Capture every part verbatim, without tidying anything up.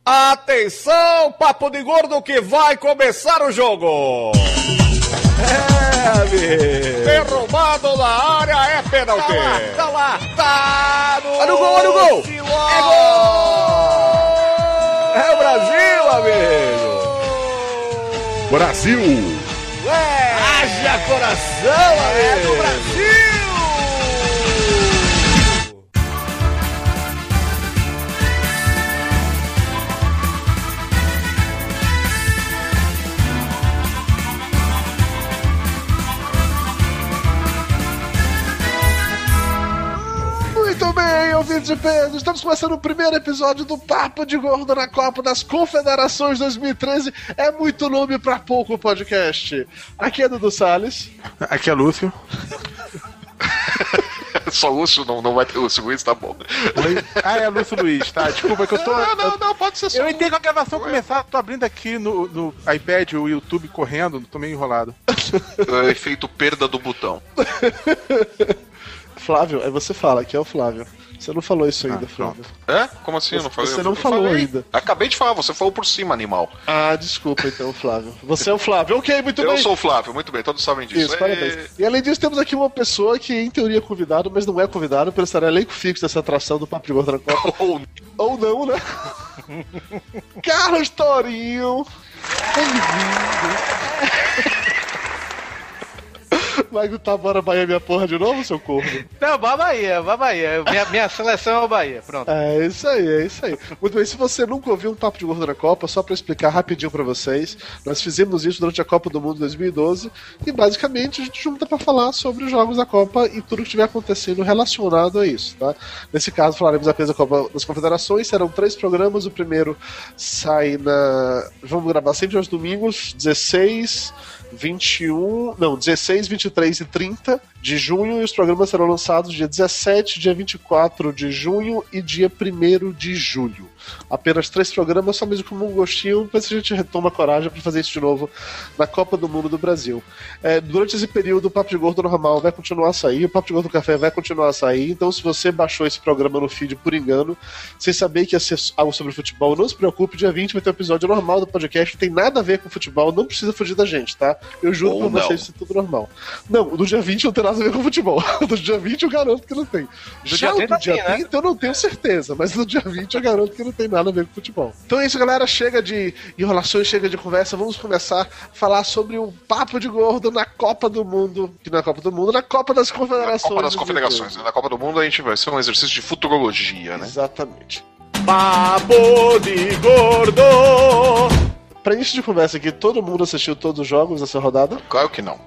Atenção, papo de gordo que vai começar o jogo. É, amigo. Derrubado na área, é pênalti. Tá lá, tá lá, tá no... Olha o gol, olha o gol. É gol. É o Brasil, amigo. Brasil. É. Haja coração, amigo. É do Brasil. Muito bem, ouvintes de peso, estamos começando o primeiro episódio do Papo de Gordo na Copa das Confederações dois mil e treze. É muito nome pra pouco podcast. Aqui é Dudu Salles. Aqui é Lúcio. Só Lúcio, não, não vai ter Lúcio Luiz, tá bom. Ah, é Lúcio Luiz, tá? Desculpa que eu tô... Não, não, não, pode ser só. Eu entendo que a gravação começar, tô abrindo aqui no, no iPad, o YouTube correndo, tô meio enrolado. É efeito perda do botão. Flávio, aí você fala, aqui é o Flávio. Você não falou isso ainda, ah, Flávio. É? Como assim? Eu não falei? Você eu não falou falei. ainda. Acabei de falar, você falou por cima, animal. Ah, desculpa então, Flávio. Você é o Flávio. Ok, muito eu bem. Eu sou o Flávio, muito bem, todos sabem disso. Isso, parabéns. E além disso, temos aqui uma pessoa que em teoria é convidado, mas não é convidado, pelo estar elenco fixo dessa atração do Papo de Gordo na Copa. Ou... Ou não, né? Carlos Torinho. Bem-vindo. Vai gritar bora Bahia minha porra de novo, seu corvo? Não, bora Bahia, bora Bahia. Minha, minha seleção é o Bahia, pronto. É isso aí, é isso aí. Muito bem, se você nunca ouviu um Papo de Gordo na Copa, só pra explicar rapidinho pra vocês, nós fizemos isso durante a Copa do Mundo dois mil e doze e basicamente a gente junta pra falar sobre os jogos da Copa e tudo que estiver acontecendo relacionado a isso, tá? Nesse caso falaremos apenas da Copa das Confederações, serão três programas, o primeiro sai na... Vamos gravar sempre aos domingos, dezesseis, vinte e um, não, dezesseis, vinte e três e trinta de junho, e os programas serão lançados dia dezessete, dia vinte e quatro de junho e dia primeiro de julho. Apenas três programas, só mesmo como um gostinho, para se a gente retoma a coragem para fazer isso de novo na Copa do Mundo do Brasil. É, durante esse período, o Papo de Gordo normal vai continuar a sair, o Papo de Gordo Café vai continuar a sair, então se você baixou esse programa no feed por engano, sem saber que ia ser algo sobre futebol, não se preocupe, dia vinte vai ter um episódio normal do podcast, não tem nada a ver com futebol, não precisa fugir da gente, tá? Eu juro Ou pra vocês que isso é tudo normal. Não, o do dia vinte não tem nada a ver com futebol. O do dia vinte eu garanto que não tem. Do Já dia o do dia tem, trinta né? eu não tenho certeza, mas no dia vinte eu garanto que não tem nada a ver com futebol. Então é isso, galera. Chega de enrolações, chega de conversa. Vamos começar a falar sobre um Papo de Gordo na Copa do Mundo. Que não é Copa do Mundo, na Copa das Confederações. Na Copa das Confederações. Na Copa do Mundo a gente vai ser um exercício de futurologia, né? Exatamente. Papo de Gordo. Pra início de conversa aqui, todo mundo assistiu todos os jogos dessa rodada? Claro que não.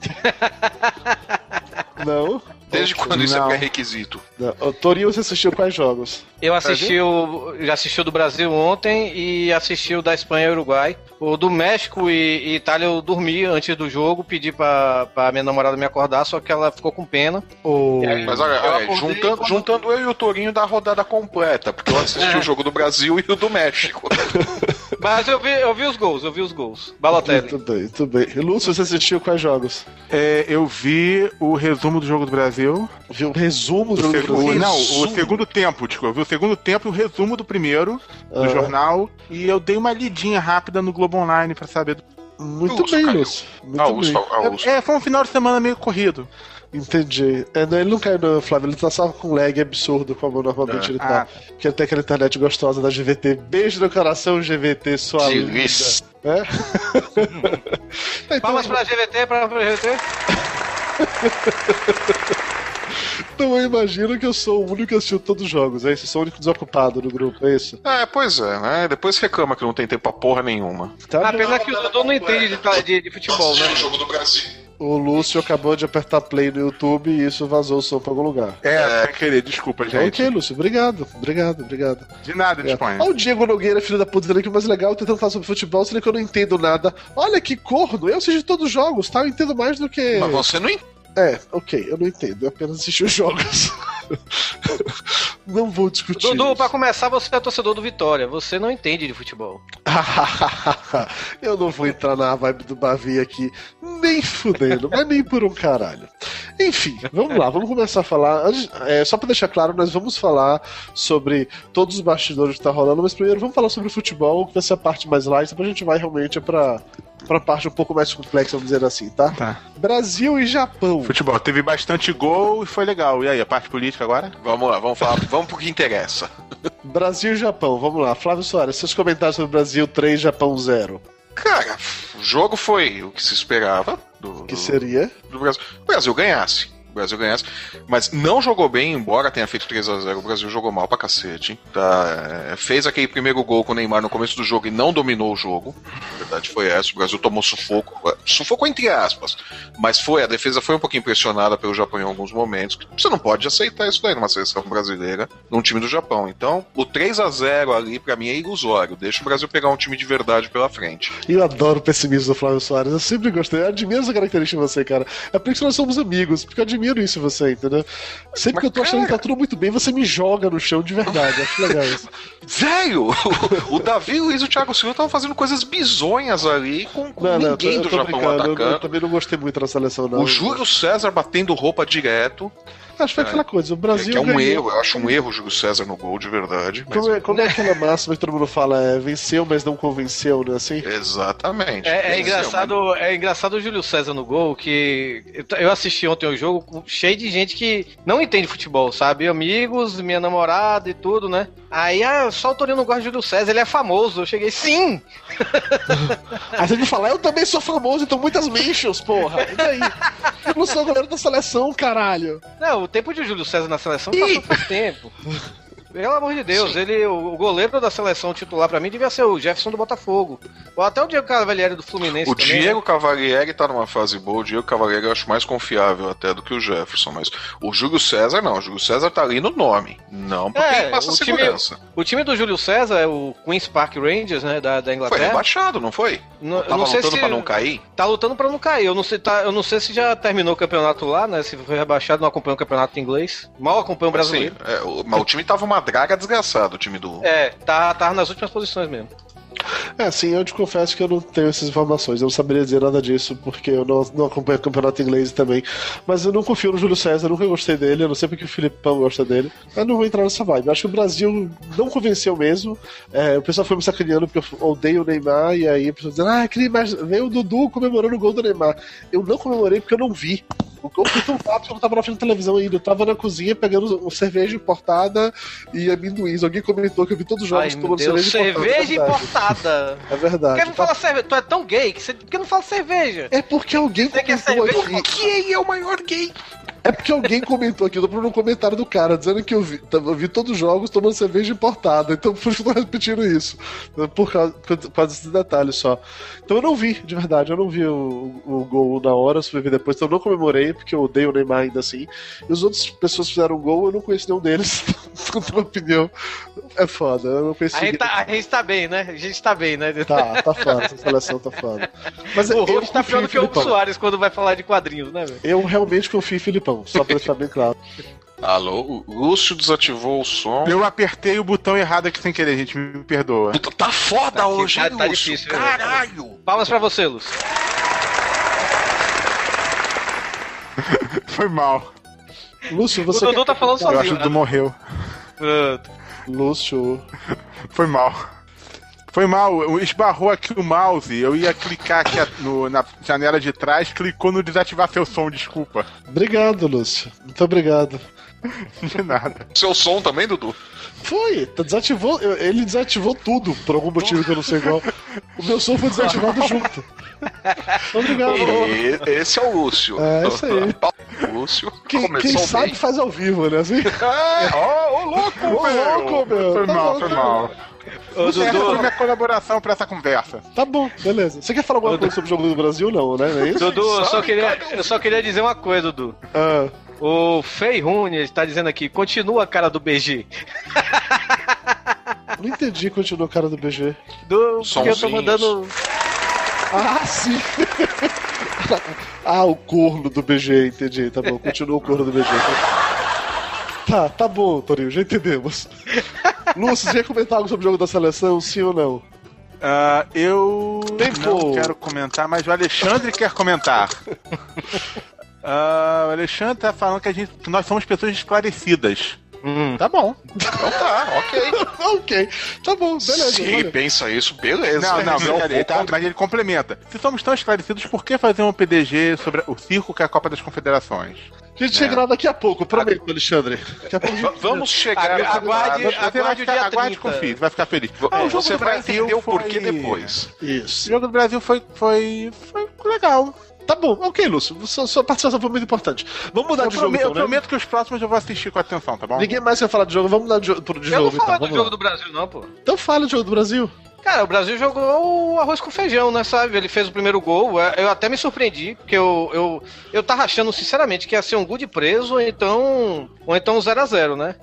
Não? Desde okay. quando isso não. é requisito? O Torinho, você assistiu quais jogos? Eu assisti o, já assisti o do Brasil ontem e assisti o da Espanha e Uruguai. O do México e, e Itália eu dormi antes do jogo, pedi pra, pra minha namorada me acordar, só que ela ficou com pena. Oh. Aí, Mas olha, olha juntando, quando... juntando eu e o Torinho da rodada completa, porque eu assisti é. o jogo do Brasil e o do México. Mas eu vi, eu vi os gols, eu vi os gols. Balotelli. Muito bem, muito bem. E Lúcio, você assistiu quais jogos? É, eu vi o resumo do jogo do Brasil. Viu o resumo do jogo do Brasil? Não, o segundo tempo, desculpa. Eu vi o segundo tempo e o resumo do primeiro, do ah. jornal. E eu dei uma lidinha rápida no Globo Online pra saber. Muito Lúcio, bem, caiu. Lúcio. Muito ah, bem. Lúcio, ah, Lúcio. É, foi um final de semana meio corrido. Entendi. É, não, ele não caiu no Flávio, ele tá só com lag absurdo, como normalmente é. ele tá. Ah. Que ele tem aquela internet gostosa da G V T. Beijo no coração, G V T, sua linda. É? Então, palmas pra G V T, palmas pra G V T. Então eu imagino que eu sou o único que assistiu todos os jogos, é isso? Eu sou o único desocupado no grupo, é isso? É, pois é, né? Depois reclama que não tem tempo pra porra nenhuma. Tá Apesar que o Dudu não entende de, de, de futebol, né? O jogo do Brasil. O Lúcio acabou de apertar play no YouTube e isso vazou o som pra algum lugar. É, sem querer, desculpa, gente. Ok, Lúcio, obrigado, obrigado, obrigado. De nada, disponha. Olha o Diego Nogueira, filho da puta, dizendo que o mais legal tentando falar sobre futebol, sendo que eu não entendo nada. Olha que corno, eu assisti todos os jogos, tá? Eu entendo mais do que... Mas você não entende. É, ok, eu não entendo, eu apenas assisti os jogos. Não vou discutir. Dudu, isso. pra começar, você é torcedor do Vitória. Você não entende de futebol. Eu não vou entrar na vibe do Bavi aqui, nem fudendo, mas nem por um caralho. Enfim, vamos lá, vamos começar a falar. É, só pra deixar claro, nós vamos falar sobre todos os bastidores que tá rolando, mas primeiro vamos falar sobre o futebol, que vai ser a parte mais light, depois a gente vai realmente pra, pra parte um pouco mais complexa, vamos dizer assim, tá? Tá. Brasil e Japão. Futebol, teve bastante gol e foi legal. E aí, a parte política agora? Vamos lá, vamos falar, vamos pro que interessa. Brasil e Japão, vamos lá. Flávio Soares, seus comentários sobre Brasil três, Japão zero. Cara, o jogo foi o que se esperava. Do, Que do, seria? do Brasil. O Brasil ganhasse. O Brasil ganhasse. Mas não jogou bem, embora tenha feito três a zero. O Brasil jogou mal pra cacete. Tá? Fez aquele primeiro gol com o Neymar no começo do jogo e não dominou o jogo. A verdade foi essa. O Brasil tomou sufoco. Sufoco entre aspas. Mas foi, a defesa foi um pouquinho pressionada pelo Japão em alguns momentos. Você não pode aceitar isso daí numa seleção brasileira, num time do Japão. Então, o três a zero ali, pra mim, é ilusório. Deixa o Brasil pegar um time de verdade pela frente. Eu adoro o pessimismo do Flávio Soares. Eu sempre gostei. Eu admiro essa característica em você, cara. É por isso que nós somos amigos. Porque eu admiro isso em você, entendeu? Sempre Mas, que eu tô achando cara... que tá tudo muito bem, você me joga no chão de verdade. Acho legal isso. Velho! O Davi Luiz e o Thiago Silva estavam fazendo coisas bizonhas ali com, com Não, não, ninguém eu do tô Japão brincando. Eu, atacando. eu também não gostei muito da seleção, não. O Júlio César batendo roupa direto. Acho que foi aquela coisa. O Brasil. Que é um ganhou. erro, eu acho um erro o Júlio César no gol, de verdade. Mas... Como é, como é aquela máxima que todo mundo fala? É, venceu, mas não convenceu, né? Assim? Exatamente. É, é Venceu, engraçado, é engraçado o Júlio César no gol, que eu assisti ontem o jogo cheio de gente que não entende futebol, sabe? Amigos, minha namorada e tudo, né? Aí, ah, só o Torinho não gosta de Júlio César, ele é famoso. Eu cheguei, sim! Aí você me fala, eu também sou famoso, então muitas mentions, porra. E daí? Eu não sou o goleiro da seleção, caralho. Não, o tempo de Júlio César na seleção passou faz tempo. Pelo amor de Deus, Sim. ele, o, o goleiro da seleção titular pra mim devia ser o Jefferson do Botafogo. Ou até o Diego Cavalieri do Fluminense O também, Diego né? Cavalieri tá numa fase boa. O Diego Cavalieri eu acho mais confiável até do que o Jefferson. Mas o Júlio César não. O Júlio César tá ali no nome. Não porque É, ele passa o time- segurança. O time do Júlio César é o Queen's Park Rangers, né, da, da Foi Inglaterra. rebaixado, não foi? Não, eu Tava não sei lutando se pra não cair? tá lutando pra não cair. Eu não sei, tá, eu não sei se já terminou o campeonato lá, né? Se foi rebaixado, não acompanhou o campeonato inglês. Mal acompanhou o brasileiro. Assim, é, o, mas o time tava uma draga desgraçada, o time do... É, tá, tá nas últimas posições mesmo. É, sim, eu te confesso que eu não tenho essas informações. Eu não saberia dizer nada disso, porque eu não, não acompanho o campeonato inglês também. Mas eu não confio no Júlio César, eu nunca gostei dele. Eu não sei porque o Filipão gosta dele. Mas não vou entrar nessa vibe. Eu acho que o Brasil não convenceu mesmo. É, o pessoal foi me sacaneando porque eu odeio o Neymar. E aí a pessoa dizendo, ah, queria mais... veio o Dudu comemorando o gol do Neymar. Eu não comemorei porque eu não vi. O gol foi tão rápido que eu não tava na frente da televisão ainda. Eu tava na cozinha pegando uma cerveja importada e amendoins. Alguém comentou que eu vi todos os jogos Ai, meu tomando Deus, cerveja, cerveja importada. importada. É verdade. Por que não fala cerveja? Tu é tão gay que você... Por que não fala cerveja? É porque alguém Você quer comentou cerveja? aqui. Quem é o maior gay? É porque alguém comentou aqui, eu tô procurando um comentário do cara, dizendo que eu vi, eu vi todos os jogos tomando cerveja importada, então por isso que eu tô repetindo isso. Por causa, por causa desse detalhe só. Então eu não vi, de verdade, eu não vi o, o gol na hora, só fui ver depois, então eu não comemorei, porque eu odeio o Neymar ainda assim. E as outras pessoas que fizeram gol, eu não conheço nenhum deles, na minha opinião. É foda, eu não conheci. A gente, tá, a gente tá bem, né? A gente tá bem, né? Tá, tá foda, essa seleção tá foda. Mas O eu Hulk tá confio pior em do que o Hugo Filipão. Soares quando vai falar de quadrinhos, né, velho? Eu realmente confio em Filipão, só pra deixar bem claro. Alô, o Lúcio desativou o som. Eu apertei o botão errado aqui sem querer, gente. Me perdoa. Puta, tá foda Tá, hoje, tá- hein, tá Lúcio? difícil, né? Caralho! Palmas pra você, Lúcio. Foi mal. Lúcio, você. O Dudu quer tá falando comentar? Eu acho sozinho, que o Dudu morreu. Pronto. Lúcio. Foi mal. Foi mal, eu- esbarrou aqui o mouse, eu ia clicar aqui a- no- na janela de trás, clicou no desativar seu som, desculpa. Obrigado, Lúcio. Muito obrigado. De nada. Seu som também, Dudu? Foi, tá- desativou. eu- Ele desativou tudo, por algum motivo que eu não sei qual. O meu som foi desativado junto. Obrigado. E- esse é o Lúcio. É, isso aí. O Lúcio Quem, começou quem sabe bem. faz ao vivo, né? Assim? É, ó, ô louco, Ô, meu! louco, meu. Foi Tá mal, bom, foi tá mal. Ô, Essa foi Dudu, minha colaboração pra essa conversa. Tá bom, beleza. Você quer falar alguma coisa sobre o jogo do Brasil? Não, né? Não é isso? Dudu, eu só, queria, eu só queria dizer uma coisa, Dudu. Ah, O Fei Rune está dizendo aqui, continua a cara do B G. não entendi, continua o cara do B G. Do, porque eu tô Sonzinhos. mandando. Ah, sim! ah, o corno do B G, entendi. Tá bom, continua o corno do B G. Tá, tá bom, Torinho, já entendemos. Lúcio, você quer comentar algo sobre o jogo da seleção, sim ou não? Uh, eu Tempo. não quero comentar, mas o Alexandre quer comentar. Uh, o Alexandre tá falando que, a gente, que nós somos pessoas esclarecidas. Hum. Tá bom. Então tá, ok. Ok, tá bom, beleza. Se ele pensa isso, beleza. Não, não, Não, ele, ele tá, mas ele complementa. Se somos tão esclarecidos, por que fazer um P D G sobre o circo que é a Copa das Confederações? A gente chega lá daqui a pouco, prometo, Alexandre. Daqui a pouco a gente... Vamos chegar. Agu- aguarde- Você aguarde vai o ficar, dia aguarde trinta. confie, você vai ficar feliz. É, Ah, o jogo você do vai Brasil entender o foi- porquê depois. O Isso. jogo do Brasil foi, foi, foi legal. Tá bom, ok, Lúcio. Sua, sua participação foi muito importante. Vamos mudar Eu, de jogo, prome- então, eu né? prometo que os próximos eu vou assistir com atenção, tá bom? Ninguém mais quer falar de jogo, vamos mudar de, jo- pro- de Eu não jogo, vou falar então. do Vamos jogo lá. do Brasil, não, pô. Então fala do jogo do Brasil. Cara, o Brasil jogou o arroz com feijão, né, sabe? Ele fez o primeiro gol, eu até me surpreendi, porque eu, eu, eu tava achando, sinceramente, que ia ser um gol de preso, ou então ou então zero a zero, né?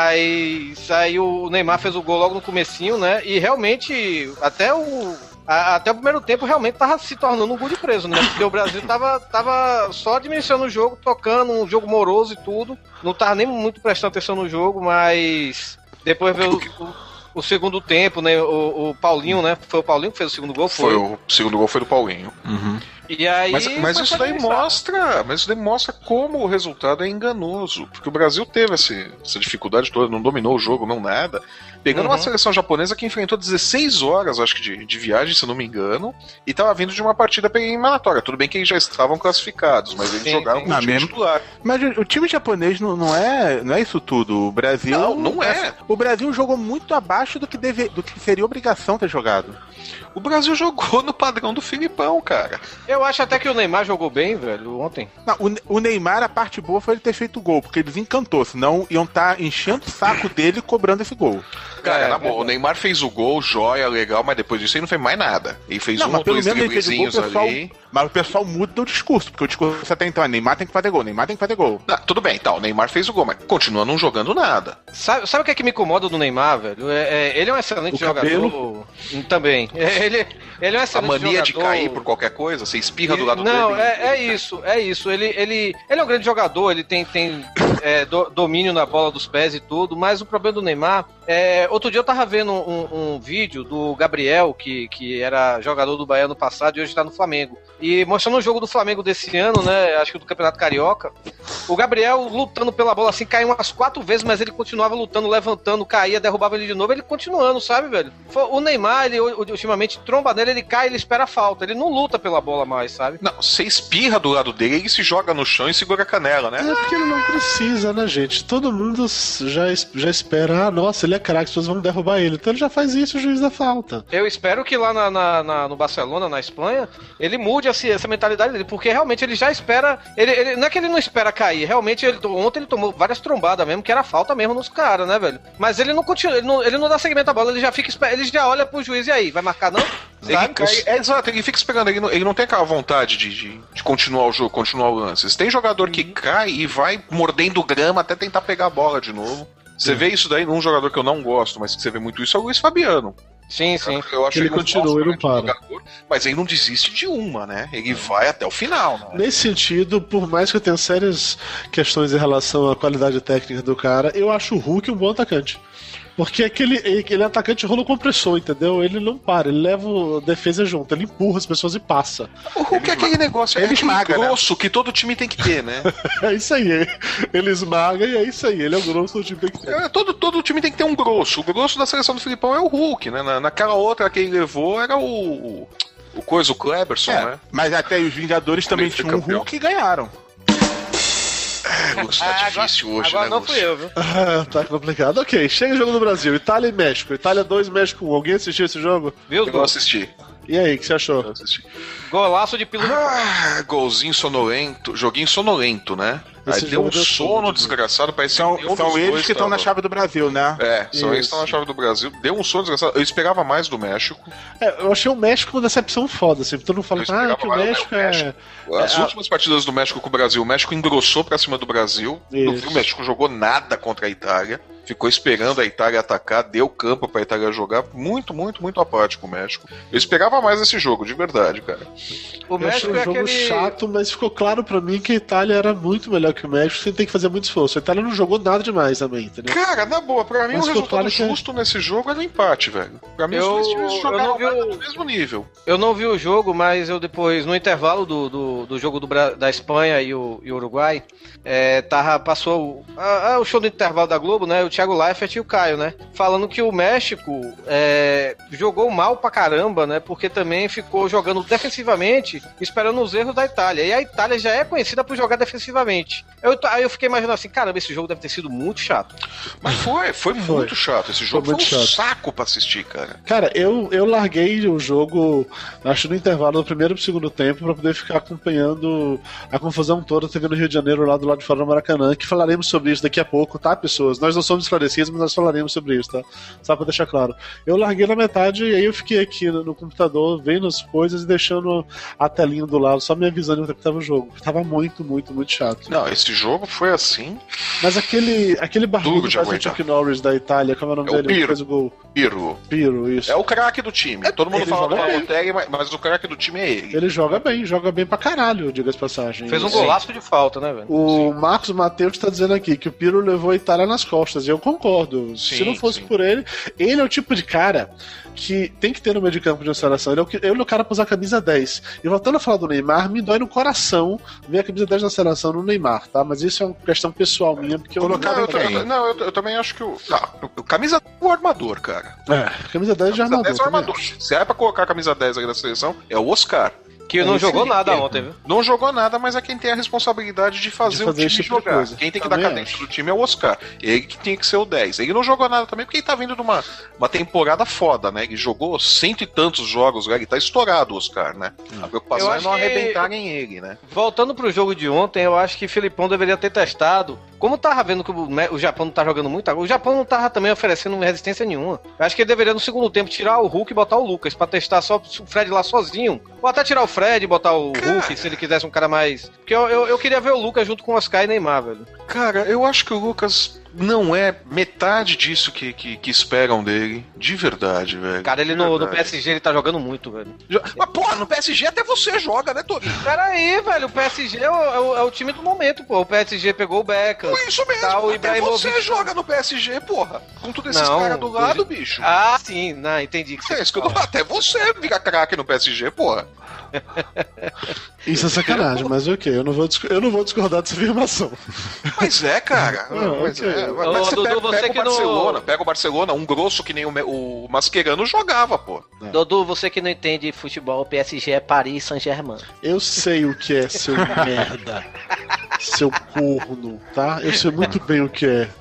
Mas aí o Neymar fez o gol logo no comecinho, né? E realmente, até o... a- Até o primeiro tempo realmente tava se tornando um gol de preso, né? Porque o Brasil tava, tava só administrando o jogo, tocando, um jogo moroso e tudo. Não tava nem muito prestando atenção no jogo, mas depois veio o, o, o segundo tempo, né? O, o Paulinho, né? Foi o Paulinho que fez o segundo gol? Foi o segundo gol foi do Paulinho. E aí, Mas, mas foi isso daí administrar. mostra, mas isso daí mostra como o resultado é enganoso, porque o Brasil teve esse, essa dificuldade toda, não dominou o jogo, não nada, pegando Uhum. uma seleção japonesa que enfrentou dezesseis horas, acho que de, de viagem, se eu não me engano, e estava vindo de uma partida eliminatória. Tudo bem que eles já estavam classificados, mas eles Sim, jogaram sim. com o Ah, time mesmo. titular. Mas o, o time japonês não, não, é, não é isso tudo. O Brasil. Não, não é. O Brasil jogou muito abaixo do que, deve, do que seria obrigação ter jogado. O Brasil jogou no padrão do Filipão, cara. Eu acho até que o Neymar jogou bem, velho, ontem. Não, o, o Neymar, a parte boa foi ele ter feito o gol, porque ele desencantou, senão iam estar enchendo o saco dele cobrando esse gol. Cara, É, na boa, verdade. o Neymar fez o gol, joia, legal, mas depois disso ele não fez mais nada. Ele fez Não, um mas ou pelo dois menos ele fez o gol, o driblezinhos pessoal, ali. mas o pessoal muda o discurso, porque o discurso até então é Neymar tem que fazer gol, Neymar tem que fazer gol. Ah, tudo bem, tá, o Neymar fez o gol, mas continua não jogando nada. Sabe, sabe o que é que me incomoda do Neymar, velho? É, é- ele é um excelente O jogador. cabelo? Também. É, Ele, ele é um A excelente mania de jogador. cair por qualquer coisa, você espirra do lado Não, dele. é, é isso, é isso. Ele, ele, ele é um grande jogador, ele tem, tem é, do- domínio na bola dos pés e tudo, mas o problema do Neymar é. Outro dia eu tava vendo um, um vídeo do Gabriel, que, que era jogador do Bahia no passado e hoje tá no Flamengo. E mostrando o jogo do Flamengo desse ano, né? Acho que do Campeonato Carioca. O Gabriel lutando pela bola assim, caiu umas quatro vezes, mas ele continuava lutando, levantando, caía, derrubava ele de novo, ele continuando, sabe, velho? O Neymar, ele ultimamente tromba nele, ele cai, ele espera a falta, ele não luta pela bola mais, sabe? Não, você espirra do lado dele, ele se joga no chão e segura a canela, né? É porque ele não precisa, né, gente? Todo mundo já, es- já espera, ah, nossa, ele é craque, as pessoas vão derrubar ele. Então ele já faz isso, o juiz dá falta. Eu espero que lá na, na- na- no Barcelona, na Espanha, ele mude essa, essa mentalidade dele, porque realmente ele já espera. Ele, ele- não é que ele não espera cair, realmente ele, ontem ele tomou várias trombadas mesmo, que era falta mesmo nos caras, né, velho? Mas ele não continua, ele não, ele não dá segmento à bola, ele já fica esper- ele já olha pro juiz e aí, vai marcar não? Ele Sabe? cai, é, exato, ele fica esperando, ele não, ele não tem aquela vontade de, de, de continuar o jogo, continuar o lance. Tem jogador que cai e vai mordendo grama até tentar pegar a bola de novo. Você vê isso daí num jogador que eu não gosto, mas que você vê muito isso, é o Luiz Fabiano. Sim, sim. Eu acho Ele um continua, nosso ele não grande para. jogador, mas ele não desiste de uma, né? Ele vai até o final, né? Nesse sentido, por mais que eu tenha sérias questões em relação à qualidade técnica do cara, eu acho o Hulk um bom atacante. Porque aquele, ele é atacante rolo compressor, entendeu? Ele não para, ele leva a defesa junto, ele empurra as pessoas e passa. O Hulk é aquele negócio, é ele aquele esmaga, né? grosso que todo time tem que ter, né? É isso aí, ele esmaga e é isso aí, ele é o grosso do time que tem que ter. É, todo, todo time tem que ter um grosso. O grosso da seleção do Filipão é o Hulk, né? Na, naquela outra que ele levou era o. O coisa, o Kleberson, É, né? mas até os Vingadores também Ele foi tinham um campeão. Hulk e ganharam. É, Lúcio, tá Ah, difícil agora, hoje, agora né, não Lúcio? fui eu, viu? Ah, tá complicado. Ok, chega o jogo do Brasil, Itália e México. Itália dois, México um. Alguém assistiu esse jogo? Viu? Eu não assisti. E aí, o que você Eu achou? assisti. Golaço de piloto. Ah, golzinho sonolento, joguinho sonolento, né? Esse Aí deu jogo um deu sono tudo. desgraçado, parece São, que nenhum são dos eles dois que estão na tava- chave do Brasil, né? É, são eles que Isso. estão na chave do Brasil. Deu um sono desgraçado. Eu esperava mais do México. É, eu achei o México uma decepção foda, assim. Todo mundo fala, Eu ah, esperava que o mais do México México. é... As É, últimas partidas do México com o Brasil, o México engrossou pra cima do Brasil. No Isso. fim, o México jogou nada contra a Itália. Ficou esperando a Itália atacar, deu campo pra Itália jogar. Muito, muito, muito apático o México. Eu esperava mais esse jogo, de verdade, cara. O Eu achei México um é jogo aquele. chato, mas ficou claro pra mim que a Itália era muito melhor que o México, você tem que fazer muito esforço. A Itália não jogou nada demais também, entendeu? Cara, na boa, pra mim Mas o resultado que... justo nesse jogo era o empate, velho. Pra mim eu, os dois times jogaram vi o... no mesmo nível. Eu não vi o jogo, mas eu depois, no intervalo do, do, do jogo do Bra... da Espanha e o, e o Uruguai, é, tava, passou a, a, o show do intervalo da Globo, né? O Thiago Leifert e o Caio, né? Falando que o México é, jogou mal pra caramba, né? Porque também ficou jogando defensivamente, esperando os erros da Itália. E a Itália já é conhecida por jogar defensivamente. Eu, aí eu fiquei imaginando assim, caramba, esse jogo deve ter sido muito chato. Mas foi, foi, foi. muito chato. Esse jogo foi, foi um chato. saco pra assistir, cara. Cara, eu, eu larguei o jogo, acho no intervalo do primeiro e segundo tempo, pra poder ficar acompanhando a confusão toda que teve no Rio de Janeiro, lá do lado de fora do Maracanã, que falaremos sobre isso daqui a pouco, tá, pessoas? Nós não somos esclarecidos, mas nós falaremos sobre isso, tá? Só pra deixar claro. Eu larguei na metade e aí eu fiquei aqui no, no computador, vendo as coisas e deixando a telinha do lado, só me avisando que tava o jogo. Tava muito, muito, muito chato. Não, esse jogo foi assim. Mas aquele, aquele barbudo do Chuck Norris da Itália, como é o nome é dele? O Piro. Fez o gol. Piro. Piro, isso. É o craque do time. É, Todo mundo fala do Balotelli, mas, mas o craque do time é ele. Ele joga bem, joga bem pra caralho, diga-se passagem. Fez um golaço de falta, né, velho? O sim. Marcos Mateus tá dizendo aqui que o Piro levou a Itália nas costas, e eu concordo. Sim, se não fosse sim. por ele, ele é o tipo de cara que tem que ter no meio de campo de uma seleção. Ele é o, que, ele é o cara pra usar a camisa dez. E voltando a falar do Neymar, me dói no coração ver a camisa dez na seleção no Neymar, tá? Mas isso é uma questão pessoal minha, porque eu Colocar não, eu, eu, não eu, eu também acho que o. Não, o camisa é o armador, cara. É, camisa dez de armador. dez é o armador. Se é pra colocar a camisa dez aí da seleção, é o Oscar. Que não é, jogou nada é, ontem, viu? Não jogou nada, mas é quem tem a responsabilidade de fazer, de fazer o time tipo jogar. Quem tem que também dar cadência do time é o Oscar. Ele que tem que ser o dez. Ele não jogou nada também porque ele tá vindo de uma, uma temporada foda, né? Ele jogou cento e tantos jogos, né? Ele tá estourado, o Oscar, né? A preocupação é não arrebentarem ele, né? Voltando pro jogo de ontem, eu acho que Filipão deveria ter testado. Como tava vendo que o, o Japão não tá jogando muito, o Japão não tava também oferecendo resistência nenhuma. Eu acho que ele deveria no segundo tempo tirar o Hulk e botar o Lucas pra testar só o Fred lá sozinho. Ou até tirar o Fred e botar o cara... Hulk, se ele quisesse um cara mais... Porque eu, eu, eu queria ver o Lucas junto com o Oscar e Neymar, velho. Cara, eu acho que o Lucas não é metade disso que, que, que esperam dele. De verdade, velho. Cara, ele no, no P S G ele tá jogando muito, velho. Mas porra, no P S G até você joga, né, Torinho? Pera aí, velho, o P S G é o, é, o, é o time do momento, pô. O P S G pegou o Beckham. Por isso mesmo, tá, o até você joga no P S G, porra. Com todos esses caras do lado, eu... bicho. Ah, sim, não, entendi. Que é isso que eu tô... Até você vira craque no P S G, porra. Isso é sacanagem, mas ok, eu não vou, eu não vou discordar dessa afirmação. Mas é, cara. Não, mas okay. é. Mas Ô, você Dudu, pega, você pega que o Barcelona, não... pega o Barcelona, um grosso que nem o, o Mascherano jogava, pô. É. Dudu, você que não entende futebol, o P S G é Paris Saint-Germain. Eu sei o que é, seu merda. Seu corno, tá? Eu sei muito bem o que é.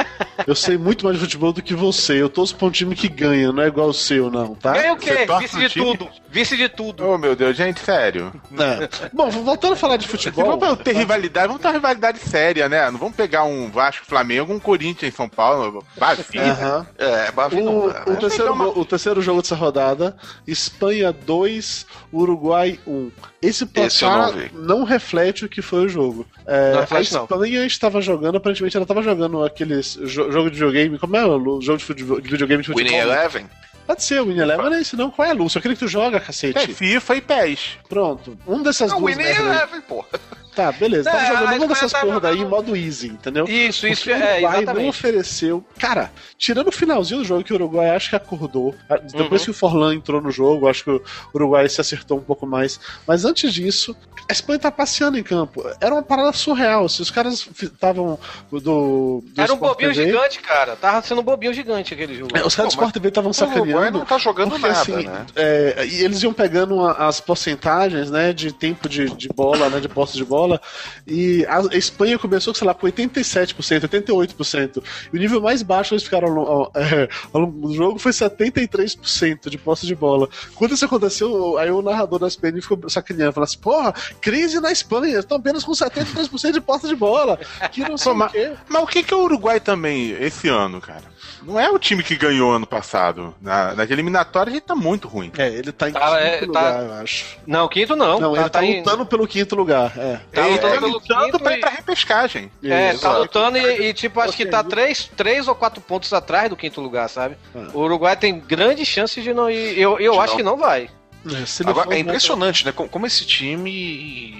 Eu sei muito mais de futebol do que você. Eu torço pra um time que ganha, não é igual o seu, não, tá? Ganha o quê? Vice de time? tudo. Vice de tudo. Oh, meu Deus, gente, sério. É. Bom, voltando a falar de futebol... Vamos ter rivalidade, vamos ter uma rivalidade séria, né? Não vamos pegar um Vasco, Flamengo, um Corinthians em São Paulo, Bavi. Uhum. É, Bavi não, o, o, terceiro, uma... o terceiro jogo dessa rodada, Espanha dois, Uruguai um. Esse placar não, não reflete o que foi o jogo. É, não reflete, a Espanha não. estava jogando, aparentemente ela estava jogando aquele jogo de videogame, como é o jogo de, futebol, de videogame de futebol? Winning Eleven? Pode ser, o Winning Eleven não é isso não, qual é, Lúcio? Aquele que tu joga, cacete. É FIFA e P E S. Pronto, um dessas não, duas... Winning Eleven, porra. Tá, beleza. Tava é, jogando uma dessas porra jogando... daí em modo easy, entendeu? Isso, isso, Porque é, o Uruguai não ofereceu... Cara, tirando o finalzinho do jogo que o Uruguai acho que acordou, depois uhum. que o Forlan entrou no jogo, acho que o Uruguai se acertou um pouco mais, mas antes disso, a Espanha tá passeando em campo. Era uma parada surreal, se os caras estavam do, do Era um Sport bobinho T V, gigante, cara. Tava sendo um bobinho gigante aquele jogo. É, os caras do Sport T V estavam sacaneando. O Uruguai não tá jogando porque, nada, assim, né? É, e eles iam pegando as porcentagens, né, de tempo de, de bola, né, de posse de bola, e E a Espanha começou, sei lá, com oitenta e sete por cento, oitenta e oito por cento. E o nível mais baixo eles ficaram ao, ao, é, ao longo do jogo foi setenta e três por cento de posse de bola. Quando isso aconteceu, aí o narrador da Espanha ficou sacaneando, falando assim, porra, crise na Espanha, estão apenas com setenta e três por cento de posse de bola. Que não sei mas, o quê. Mas o que que é o Uruguai também esse ano, cara? Não é o time que ganhou ano passado. Na, nas eliminatórias ele tá muito ruim. É, ele tá em tá, quinto é, lugar, tá... eu acho. Não, quinto não. Não, tá, ele tá, tá lutando em... pelo quinto lugar. É. Tá ele lutando tá pelo lutando quinto pra e... ir pra repescagem. É, Isso, tá lutando e, e tipo, acho okay. que tá três, três ou quatro pontos atrás do quinto lugar, sabe? Ah. O Uruguai tem grande chance de não ir. Eu, eu acho não. que não vai. É, Agora, é impressionante, né? Como esse time...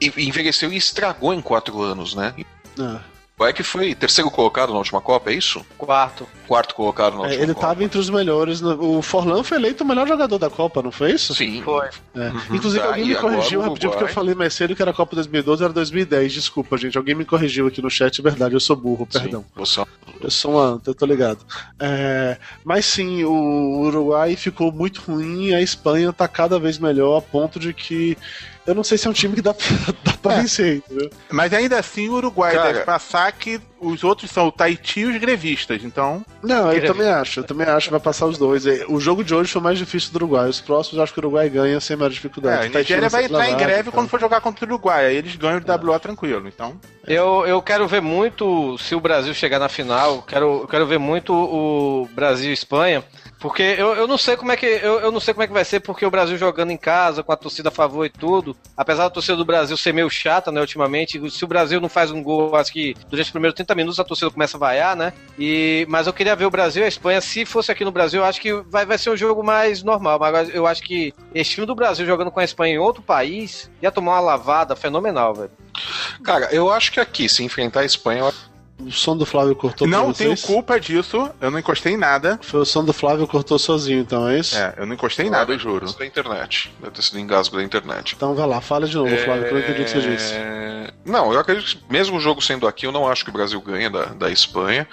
envelheceu e estragou em quatro anos, né? Ah. O que foi terceiro colocado na última Copa, é isso? Quarto. Quarto colocado na É, última ele Copa. estava entre os melhores. O Forlan foi eleito o melhor jogador da Copa, não foi isso? Sim. Foi. É. Uhum. Inclusive, Tá, alguém e me agora corrigiu o rapidinho, Uruguai? porque eu falei mais cedo que era a Copa dois mil e doze, era dois mil e dez. Desculpa, gente. Alguém me corrigiu aqui no chat, verdade. Eu sou burro, perdão. Sim, você... Eu sou um anta, eu tô ligado. É, mas sim, o Uruguai ficou muito ruim, a Espanha tá cada vez melhor, a ponto de que eu não sei se é um time que dá pra, dá pra É. vencer, entendeu? Mas ainda assim o Uruguai Cara, deve passar que os outros são o Tahiti e os grevistas, então... Não, eu também acho, eu também acho que vai passar os dois. O jogo de hoje foi mais difícil do Uruguai, os próximos eu acho que o Uruguai ganha sem maior dificuldade. É, a O Tahiti Nigéria vai ser entrar em lavado, greve tá? quando for jogar contra o Uruguai, aí eles ganham de W O tranquilo, então... Eu, eu quero ver muito, se o Brasil chegar na final, quero, eu quero ver muito o Brasil e Espanha, porque eu, eu não sei como é que eu, eu não sei como é que vai ser, porque o Brasil jogando em casa, com a torcida a favor e tudo, apesar da torcida do Brasil ser meio chata, né, ultimamente, se o Brasil não faz um gol, acho que durante os primeiros trinta minutos a torcida começa a vaiar, né, e, mas eu queria ver o Brasil e a Espanha, se fosse aqui no Brasil, eu acho que vai, vai ser um jogo mais normal, mas eu acho que esse time do Brasil jogando com a Espanha em outro país, ia tomar uma lavada fenomenal, velho. Cara, eu acho que aqui, se enfrentar a Espanha... O som do Flávio cortou pra Não vocês? tenho culpa disso, eu não encostei em nada. Foi o som do Flávio cortou sozinho, então, é isso? É, eu não encostei em nada, eu juro. Da internet. Deve ter sido engasgo da internet. Então vai lá, fala de novo, Flávio, que eu não entendi o que você disse. É... Não, eu acredito que mesmo o jogo sendo aqui, eu não acho que o Brasil ganha da, da Espanha.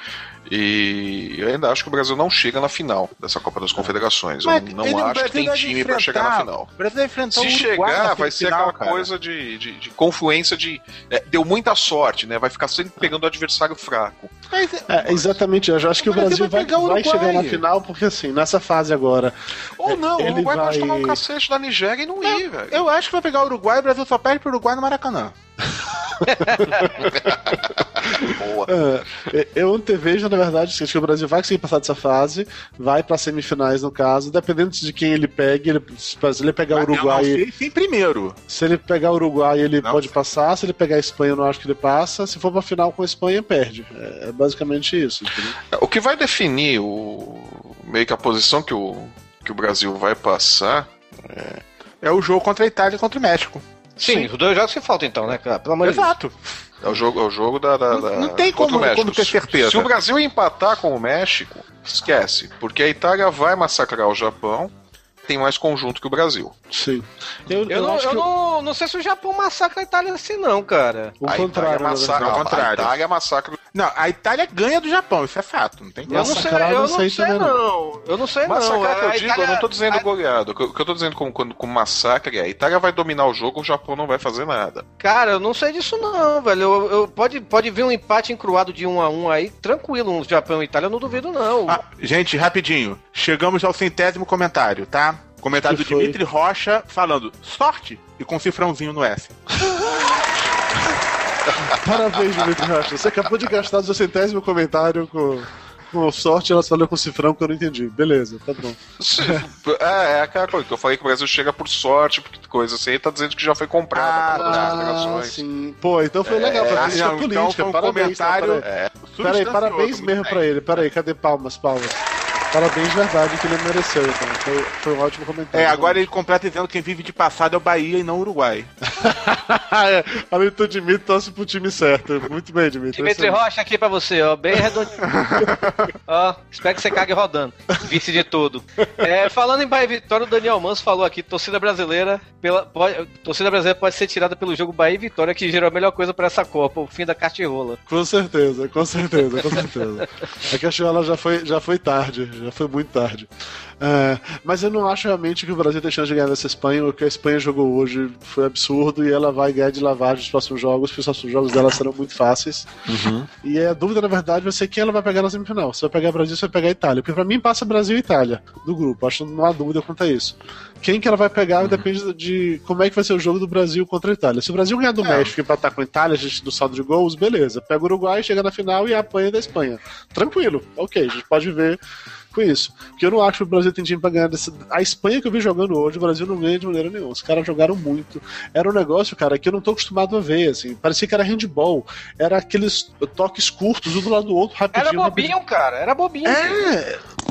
E eu ainda acho que o Brasil não chega na final dessa Copa das Confederações. Eu não ele- o acho que Brasil tem deve time pra chegar na enfrentar- final. O Brasil vai enfrentar Se o Uruguai chegar, na vai ser semifinal, aquela cara. coisa de, de, de confluência de. É, deu muita sorte, né? Vai ficar sempre pegando o adversário fraco. Mas, É, exatamente, eu já acho que o O Brasil Brasil vai, vai pegar o vai Uruguai. chegar na final, porque assim, nessa fase agora. Ou não, ele o Uruguai pode vai- tomar um cacete da Nigéria e não, ir, velho. eu acho que vai pegar o Uruguai e o Brasil só perde pro Uruguai no Maracanã. Boa. É, eu antevejo, na verdade, que o Brasil vai conseguir passar dessa fase, vai para semifinais, no caso, dependendo de quem ele pegue. Ele, se ele pegar o Mas eu Uruguai. não sei se em primeiro. Se ele pegar o Uruguai, ele Não pode sei. passar. Se ele pegar a Espanha, eu não acho que ele passa. Se for pra final com a Espanha, perde. É, é basicamente isso. Entendeu? O que vai definir o meio que a posição que o, que o Brasil vai passar. É o jogo contra a Itália e contra o México. Sim, os dois jogos que faltam então, né, cara? Pelo amor de Deus. Exato. É o jogo, é o jogo da, da, Não- da- não tem contra como- o México. como ter certeza. Se o Brasil empatar com o México, esquece. Porque a Itália vai massacrar o Japão. Tem mais conjunto que o Brasil. Sim. Eu, Eu, não, acho eu que não, não sei se o Japão massacra a Itália assim, não, cara. o a contrário. Itália na massacra, verdade. ao a contrário. Itália massacra. Não, a Itália ganha do Japão, isso é fato. Não tem Eu como. não sei, Massacrar, eu não não sei sei, também, não. não. Eu não sei, não. Massacrar que eu A digo, Itália- eu não tô dizendo a- goleado. O que eu- o que eu tô dizendo como, como, como massacre é a Itália vai dominar o jogo, o Japão não vai fazer nada. Cara, eu não sei disso não, velho. Eu, eu- pode, pode vir um empate encruado de um a um aí, tranquilo, um Japão e Itália, eu não duvido não. Ah, gente, rapidinho. Chegamos ao centésimo comentário, tá? Comentário do Que foi? Dimitri Rocha falando sorte e com cifrãozinho no S. Parabéns, Dimitri Rocha. Você acabou de gastar o seu centésimo comentário com, com sorte, ela falou com cifrão que eu não entendi. Beleza, tá bom. É, é aquela coisa que eu falei que o Brasil chega por sorte, porque coisa assim, ele tá dizendo que já foi comprado Ah, pelas Ah, federações. sim. Pô, então foi legal. Foi Ah, política não, então política. foi um Parabéns, tá? comentário. Peraí. É, Peraí, substancioso, parabéns muito mesmo bem. pra ele. Peraí, cadê palmas, palmas? Parabéns, verdade, que ele mereceu, então. Foi, foi um ótimo comentário. É, agora ele completa dizendo que quem vive de passado é o Bahia e não o Uruguai. é, além do Dimitri, torce pro time certo. Muito bem, Dimitri. Dimitri Excelente. Rocha aqui pra você, ó, bem redondinho. Ó, espero que você cague rodando. Vice de tudo. É, falando em Bahia e Vitória, o Daniel Manso falou aqui, torcida brasileira, pela, pode, torcida brasileira pode ser tirada pelo jogo Bahia e Vitória, que gerou a melhor coisa pra essa Copa, o fim da cartirola. Com certeza, com certeza, com certeza. É que a Chiola já foi, já foi tarde, já foi muito tarde. É, mas eu não acho realmente que o Brasil tem chance de ganhar dessa Espanha. O que a Espanha jogou hoje foi absurdo e ela vai ganhar de lavagem nos próximos jogos, porque os próximos jogos dela serão muito fáceis. Uhum. E a dúvida, na verdade, vai ser quem ela vai pegar na semifinal. Se vai pegar Brasil, se vai pegar Itália. Porque pra mim passa Brasil e Itália do grupo. Acho que não há dúvida quanto a isso. Quem que ela vai pegar depende de como é que vai ser o jogo do Brasil contra a Itália. Se o Brasil ganhar do É. México e empatar com a Itália, a gente do saldo de gols, beleza. Pega o Uruguai, chega na final e apanha da Espanha. Tranquilo, ok, a gente pode ver com isso. Porque eu não acho que o Brasil tem time pra ganhar dessa... A Espanha que eu vi jogando hoje, o Brasil não ganha de maneira nenhuma. Os caras jogaram muito. Era um negócio, cara, que eu não tô acostumado a ver, assim. Parecia que era handball. Era aqueles toques curtos, um do lado do outro, rapidinho. Era bobinho, rapidinho. cara, era bobinho. É...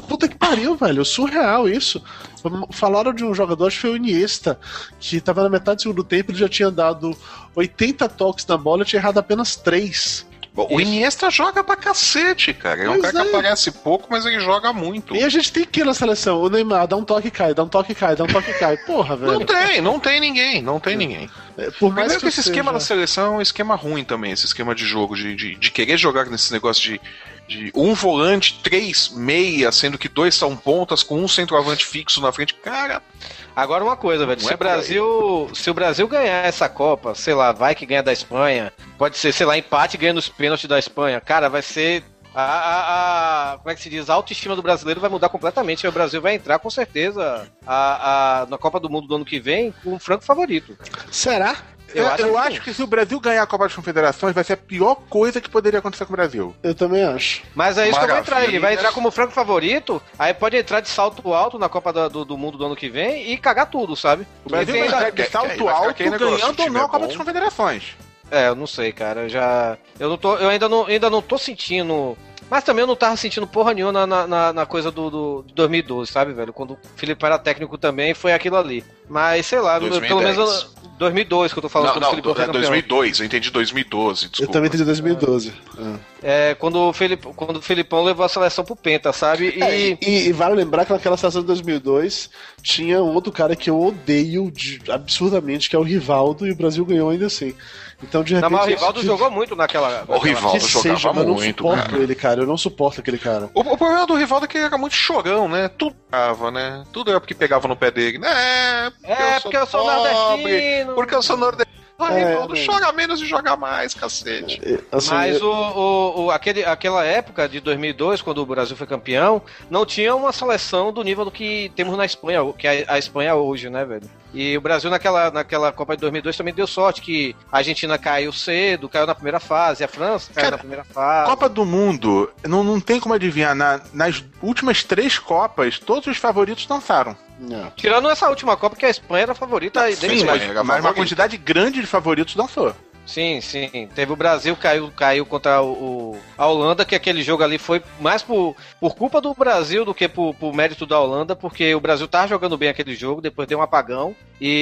puta que pariu, velho. Surreal isso. Falaram de um jogador, acho que foi o Iniesta, que tava na metade do segundo tempo, ele já tinha dado oitenta toques na bola e tinha errado apenas três. Bom, o Iniesta joga pra cacete, cara. É um Pois cara que é. aparece pouco, mas ele joga muito. E a gente tem que ir na seleção. O Neymar dá um toque e cai, dá um toque e cai, dá um toque e cai. Porra, velho. Não tem, não tem ninguém, não tem ninguém. É, por mais Primeiro que, que esse seja... esquema da seleção é um esquema ruim também, esse esquema de jogo, de, de, de querer jogar nesse negócio de, de um volante, três meia, sendo que dois são pontas, com um centroavante fixo na frente. Cara, Agora uma coisa, velho, Não se é o Brasil, se o Brasil ganhar essa Copa, sei lá, vai que ganha da Espanha, pode ser, sei lá, empate ganhando os pênaltis da Espanha, cara, vai ser a, a, a como é que se diz, a autoestima do brasileiro vai mudar completamente, aí o Brasil vai entrar com certeza a, a, na Copa do Mundo do ano que vem com um franco favorito. Será? Eu, Eu eu acho acho, que sim. que se o Brasil ganhar a Copa das Confederações, vai ser a pior coisa que poderia acontecer com o Brasil. Eu também acho. Mas é isso que eu vou entrar aí, Maravilha. vai entrar como franco favorito, aí pode entrar de salto alto na Copa do, do, do Mundo do ano que vem e cagar tudo, sabe? O Brasil vai Porque tem- entrar de que- que- salto vai ficar alto, aquele negócio, ganhando o ou time não é a Copa bom. das Confederações. É, eu não sei, cara. Eu já. Eu não tô. Eu ainda não, ainda não tô sentindo. Mas também eu não tava sentindo porra nenhuma na, na, na coisa do, do de dois mil e doze, sabe, velho? Quando o Felipe era técnico também, foi aquilo ali. Mas, sei lá, dois mil e pelo dez. menos eu- dois mil e dois que eu tô falando não, quando o não, Felipe do, foi é campeão. dois mil e dois, eu entendi dois mil e doze, desculpa. Eu também entendi dois mil e doze. Ah. É, quando o, Felipe, quando o Felipão levou a seleção pro Penta, sabe? E. É, e, e vale lembrar que naquela seleção de dois mil e dois tinha um outro cara que eu odeio de- absurdamente, que é o Rivaldo, e o Brasil ganhou ainda assim. Então, de Na repente. mas o Rivaldo que- jogou muito naquela. O naquela- Rivaldo que jogava seja, mas eu não muito, suporto cara. ele, cara. Eu não suporto aquele cara. O, o problema do Rivaldo é que ele era muito chorão, né? Tudo pegava, né? Tudo era porque pegava no pé dele. É, porque, É, eu, porque eu sou pobre, nordestino. Porque eu sou nordestino. O É, Rivaldo né? joga menos e joga mais, cacete. É, assim, Mas eu- o, o, o- aquele, aquela época de dois mil e dois, quando o Brasil foi campeão, não tinha uma seleção do nível do que temos na Espanha, que é a Espanha hoje, né, velho? E o Brasil naquela, naquela Copa de dois mil e dois também deu sorte, que a Argentina caiu cedo, caiu na primeira fase, a França caiu Cara, na primeira fase. Copa do Mundo, não, não tem como adivinhar. Na- nas últimas três Copas, todos os favoritos dançaram. não. Tirando essa última Copa, que a Espanha era a favorita. aí sim, desde Sim, lá. mas, era mas uma favorito. quantidade grande de favoritos dançou. Sim, sim. Teve o Brasil, caiu, caiu contra o, o- a Holanda, que aquele jogo ali foi mais por, por culpa do Brasil do que por, por mérito da Holanda, porque o Brasil tava jogando bem aquele jogo, depois deu um apagão.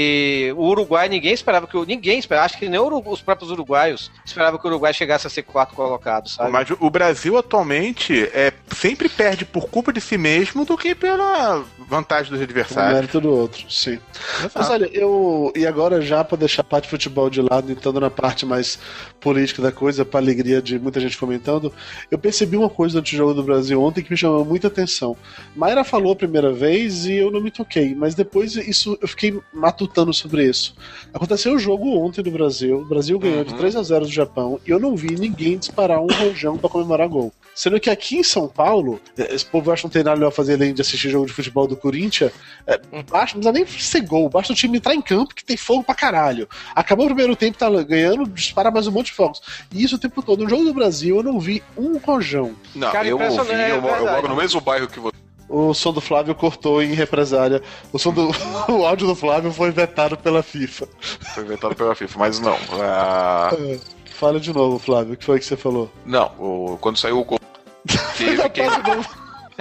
E o Uruguai, ninguém esperava que o. Ninguém esperava, acho que nem o- os próprios uruguaios esperavam que o Uruguai chegasse a ser quarto colocado, sabe? Mas o Brasil atualmente é, sempre perde por culpa de si mesmo do que pela vantagem dos O adversários. mérito do outro, sim. Mas Exato. olha, eu. E agora, já pra deixar a parte de futebol de lado, entrando na parte mais política da coisa, pra alegria de muita gente comentando, eu percebi uma coisa durante o jogo do Brasil ontem que me chamou muita atenção. Mayra falou a primeira vez e eu não me toquei, mas depois isso eu fiquei matutando sobre isso. Aconteceu o jogo ontem no Brasil, o Brasil ganhou de três a zero do Japão e eu não vi ninguém disparar um rojão pra comemorar gol. Sendo que aqui em São Paulo, eh, esse povo acha que não tem nada melhor a fazer além de assistir jogo de futebol do Corinthians. É, basta, não precisa nem ser gol, basta o time entrar em campo que tem fogo pra caralho. Acabou o primeiro tempo, tá ganhando, dispara mais um monte de fogos. E isso o tempo todo. No jogo do Brasil eu não vi um rojão. Não, Cara, eu ouvi, impressionante, é eu, mo- eu verdade. moro no mesmo bairro que você. O som do Flávio cortou em represália. O som do o áudio do Flávio foi vetado pela FIFA. Foi inventado pela FIFA, mas não. ah, É, Fala de novo, Flávio. O que foi que você falou? não, o- quando saiu o gol. Teve quem. Fala de novo.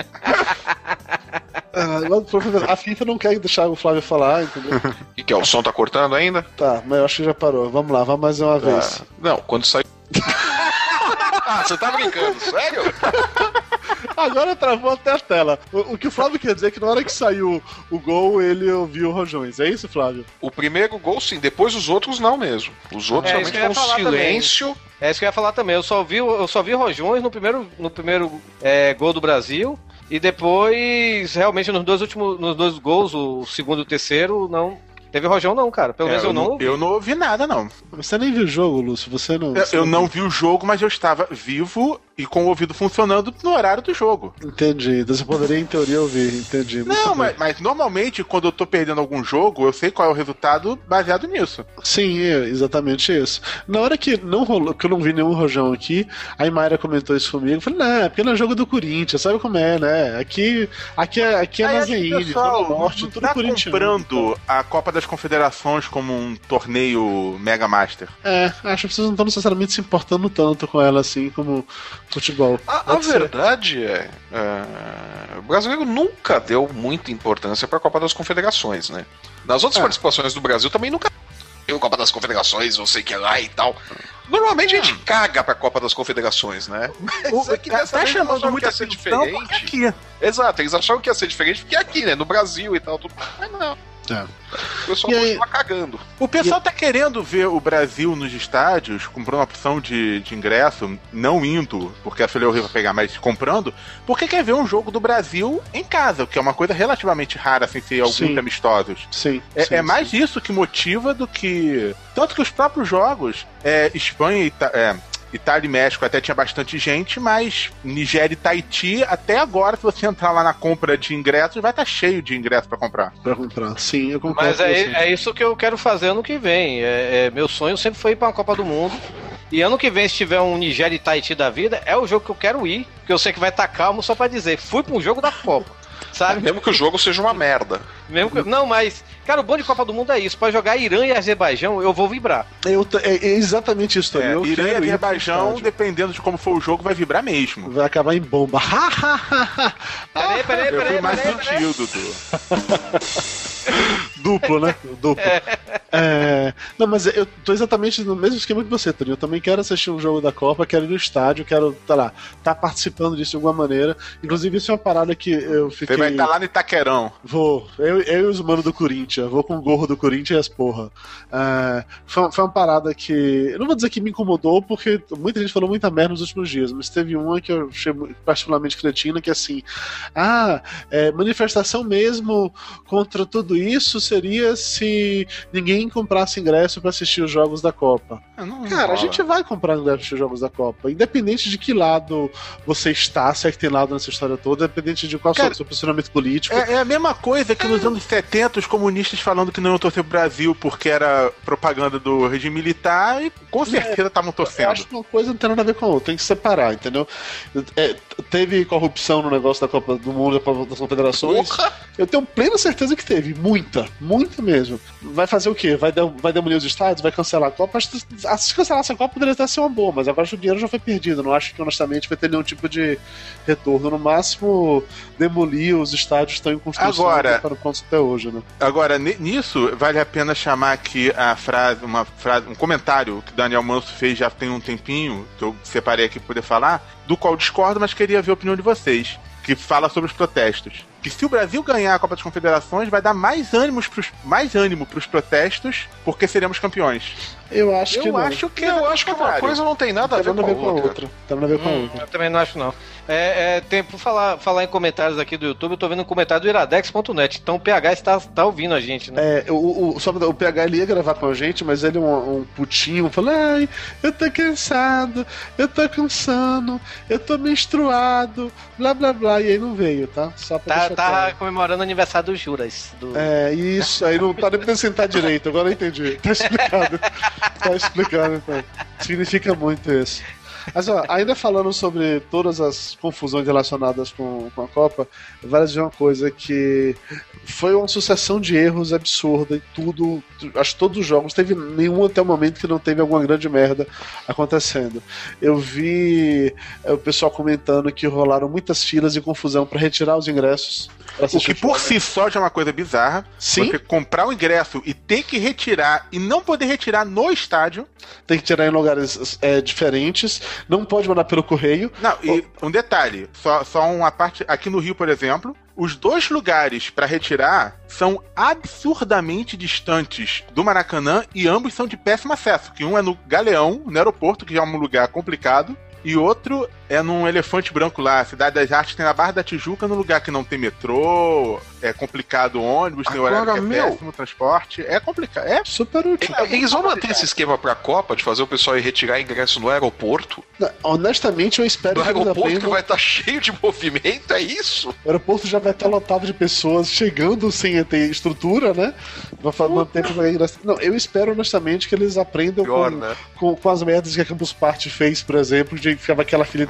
Ah, mas, professor, a FIFA não quer deixar o Flávio falar, entendeu? E que é, o som tá cortando ainda? Tá, mas eu acho que já parou. Vamos lá, vamos mais uma vez. Ah, não, quando saiu. Ah, você tá brincando, sério? Agora travou até a tela. O, o que o Flávio quer dizer é que na hora que saiu o gol, ele ouviu o rojões. É isso, Flávio? O primeiro gol, sim, depois os outros não mesmo. Os outros É, isso realmente que eu ia foi um falar também. silêncio. É isso que eu ia falar também. Eu só vi, eu só vi rojões no primeiro, no primeiro é, gol do Brasil. E depois, realmente, nos dois últimos nos dois gols, o segundo e o terceiro, não. Teve rojão, não, cara. Pelo É, menos eu não ouvi. eu não ouvi nada, não. Você nem viu o jogo, Lúcio. Você não. Eu, você eu não vi o jogo, mas eu estava vivo e com o ouvido funcionando no horário do jogo. Entendi. Então você poderia, em teoria, ouvir. Entendi. Muito Não, bem. mas, mas normalmente quando eu tô perdendo algum jogo, eu sei qual é o resultado baseado nisso. Sim, é exatamente isso. Na hora que não rolou, que eu não vi nenhum rojão aqui, a Mayra comentou isso comigo. Eu falei, não, é porque não é jogo do Corinthians, sabe como é, né? Aqui, aqui é, aqui é Aí na acho que o Zene, pessoal Zona Norte, não tudo tá corintiano. comprando a Copa das Confederações como um torneio Mega Master. É, acho que vocês não estão necessariamente se importando tanto com ela assim como, futebol. A, a verdade é, é, o brasileiro nunca deu muita importância para a Copa das Confederações, né? Nas outras é. participações do Brasil também nunca deu Copa das Confederações, não sei o que lá e tal. Normalmente a gente caga pra Copa das Confederações, né? Mas é que dessa tá vez eles chamando acharam muito que ia ser diferente. Aqui. Exato, eles acharam que ia ser diferente porque é aqui, né? No Brasil e tal, tudo. Mas não. É. O pessoal continua cagando. O pessoal e... tá querendo ver o Brasil nos estádios, comprando uma opção de, de ingresso, não indo, porque a filha é horrível pegar, mas comprando, porque quer ver um jogo do Brasil em casa, o que é uma coisa relativamente rara, sem ser alguns sim. amistosos. Sim. É, sim, é mais sim. isso que motiva do que. Tanto que os próprios jogos, é, Espanha e. É, Itália e México até tinha bastante gente, mas Nigéria e Tahiti, até agora, se você entrar lá na compra de ingressos, vai estar tá cheio de ingressos para comprar. Para comprar, sim, eu concordo. Mas é, é isso que eu quero fazer ano que vem. É, é, meu sonho sempre foi ir para uma Copa do Mundo. E ano que vem, se tiver um Nigéria e Tahiti da vida, é o jogo que eu quero ir, porque eu sei que vai estar tá calmo só para dizer, fui para um jogo da Copa. Sabe? Mesmo que o jogo seja uma merda. Mesmo que... Não, mas, cara, o bom de Copa do Mundo é isso. Pra jogar Irã e Azerbaijão, eu vou vibrar. Eu t... É exatamente isso também. É, Irã e Azerbaijão, dependendo de como for o jogo, vai vibrar mesmo. Vai acabar em bomba. Peraí, peraí, eu peraí. fui mais peraí, sutil, Dudu. Duplo, né? Duplo. É. É... Não, mas eu tô exatamente no mesmo esquema que você, Tony. Eu também quero assistir um jogo da Copa, quero ir no estádio, quero, tá lá, tá participando disso de alguma maneira. Inclusive, isso é uma parada que eu fiquei... Você vai estar lá no Itaquerão. Vou. Eu, eu e os manos do Corinthians. Vou com o gorro do Corinthians e as porra. É... Foi, foi uma parada que... Eu não vou dizer que me incomodou, porque muita gente falou muita merda nos últimos dias, mas teve uma que eu achei particularmente cretina, que é assim... Ah, é, manifestação mesmo contra tudo isso seria se ninguém comprasse ingresso pra assistir os jogos da Copa. Não, não Cara, rola. A gente vai comprar ingresso pra assistir os jogos da Copa, independente de que lado você está, se é que tem lado nessa história toda, independente de qual Cara, seu posicionamento político. É, é a mesma coisa que nos anos setenta os comunistas falando que não iam torcer pro Brasil porque era propaganda do regime militar e com certeza estavam é, torcendo. Eu acho que uma coisa não tem nada a ver com a outra, tem que separar, entendeu? É, teve corrupção no negócio da Copa do Mundo, das Confederações. Porra. Eu tenho plena certeza que teve, muita, muita mesmo. Vai fazer o quê? Vai, de, vai demolir os estádios? Vai cancelar a Copa? Acho que se cancelasse a Copa poderia até ser uma boa, mas agora o dinheiro já foi perdido. Não acho que honestamente vai ter nenhum tipo de retorno. No máximo, demolir os estádios que estão em construção agora, para o ponto até hoje, né? Agora, nisso, vale a pena chamar aqui a frase, uma frase, um comentário que o Daniel Manso fez já tem um tempinho, que eu separei aqui para poder falar, do qual discordo, mas queria ver a opinião de vocês, que fala sobre os protestos. Que se o Brasil ganhar a Copa das Confederações, vai dar mais, ânimos pros, mais ânimo para os protestos, porque seremos campeões. Eu acho eu que não. Acho que eu acho que uma coisa não tem nada a ver, com, a ver com a outra. Tá nada a ver com a outra. Eu também não acho, não. É, é, tem, por falar, falar em comentários aqui do YouTube, eu tô vendo um comentário do iradex ponto net, então o P H está, está ouvindo a gente, né? É, o, o, só o P H ele ia gravar com a gente, mas ele é um, um putinho, falou, ai, eu tô cansado, eu tô cansando, eu tô menstruado, blá blá blá, e aí não veio, tá? Só pra tá, tá claro. Comemorando o aniversário dos Juras. Do... É, isso, aí não tá nem podendo sentar direito, agora eu entendi. Tá explicado. Tá explicado, então. Significa muito isso. Mas ó, ainda falando sobre todas as confusões relacionadas com, com a Copa, vale dizer uma coisa que foi uma sucessão de erros absurda em tudo, acho que todos os jogos, teve nenhum até o momento que não teve alguma grande merda acontecendo. Eu vi é, o pessoal comentando que rolaram muitas filas e confusão para retirar os ingressos. O que por si só já é uma coisa bizarra. Sim. Você comprar o ingresso e ter que retirar e não poder retirar no estádio. Tem que tirar em lugares é, diferentes. Não pode mandar pelo correio. Não, e um detalhe, só, só uma parte. Aqui no Rio, por exemplo, os dois lugares para retirar são absurdamente distantes do Maracanã e ambos são de péssimo acesso. Que um é no Galeão, no aeroporto, que já é um lugar complicado. E outro é num Elefante Branco lá, a Cidade das Artes tem na Barra da Tijuca, num lugar que não tem metrô, é complicado o ônibus, tem Agora, horário que é meu... péssimo, transporte, é complicado, é super útil. É, eles vão manter esse esquema pra Copa, de fazer o pessoal ir retirar ingresso no aeroporto? Não, honestamente, eu espero no que eles aeroporto aprendam... que vai estar cheio de movimento, é isso? O aeroporto já vai estar lotado de pessoas chegando sem ter estrutura, né? Vai manter pra ingresso. Não, eu espero honestamente que eles aprendam Pior, com, né? com, com as merdas que a Campus Party fez, por exemplo, de ficava aquela fila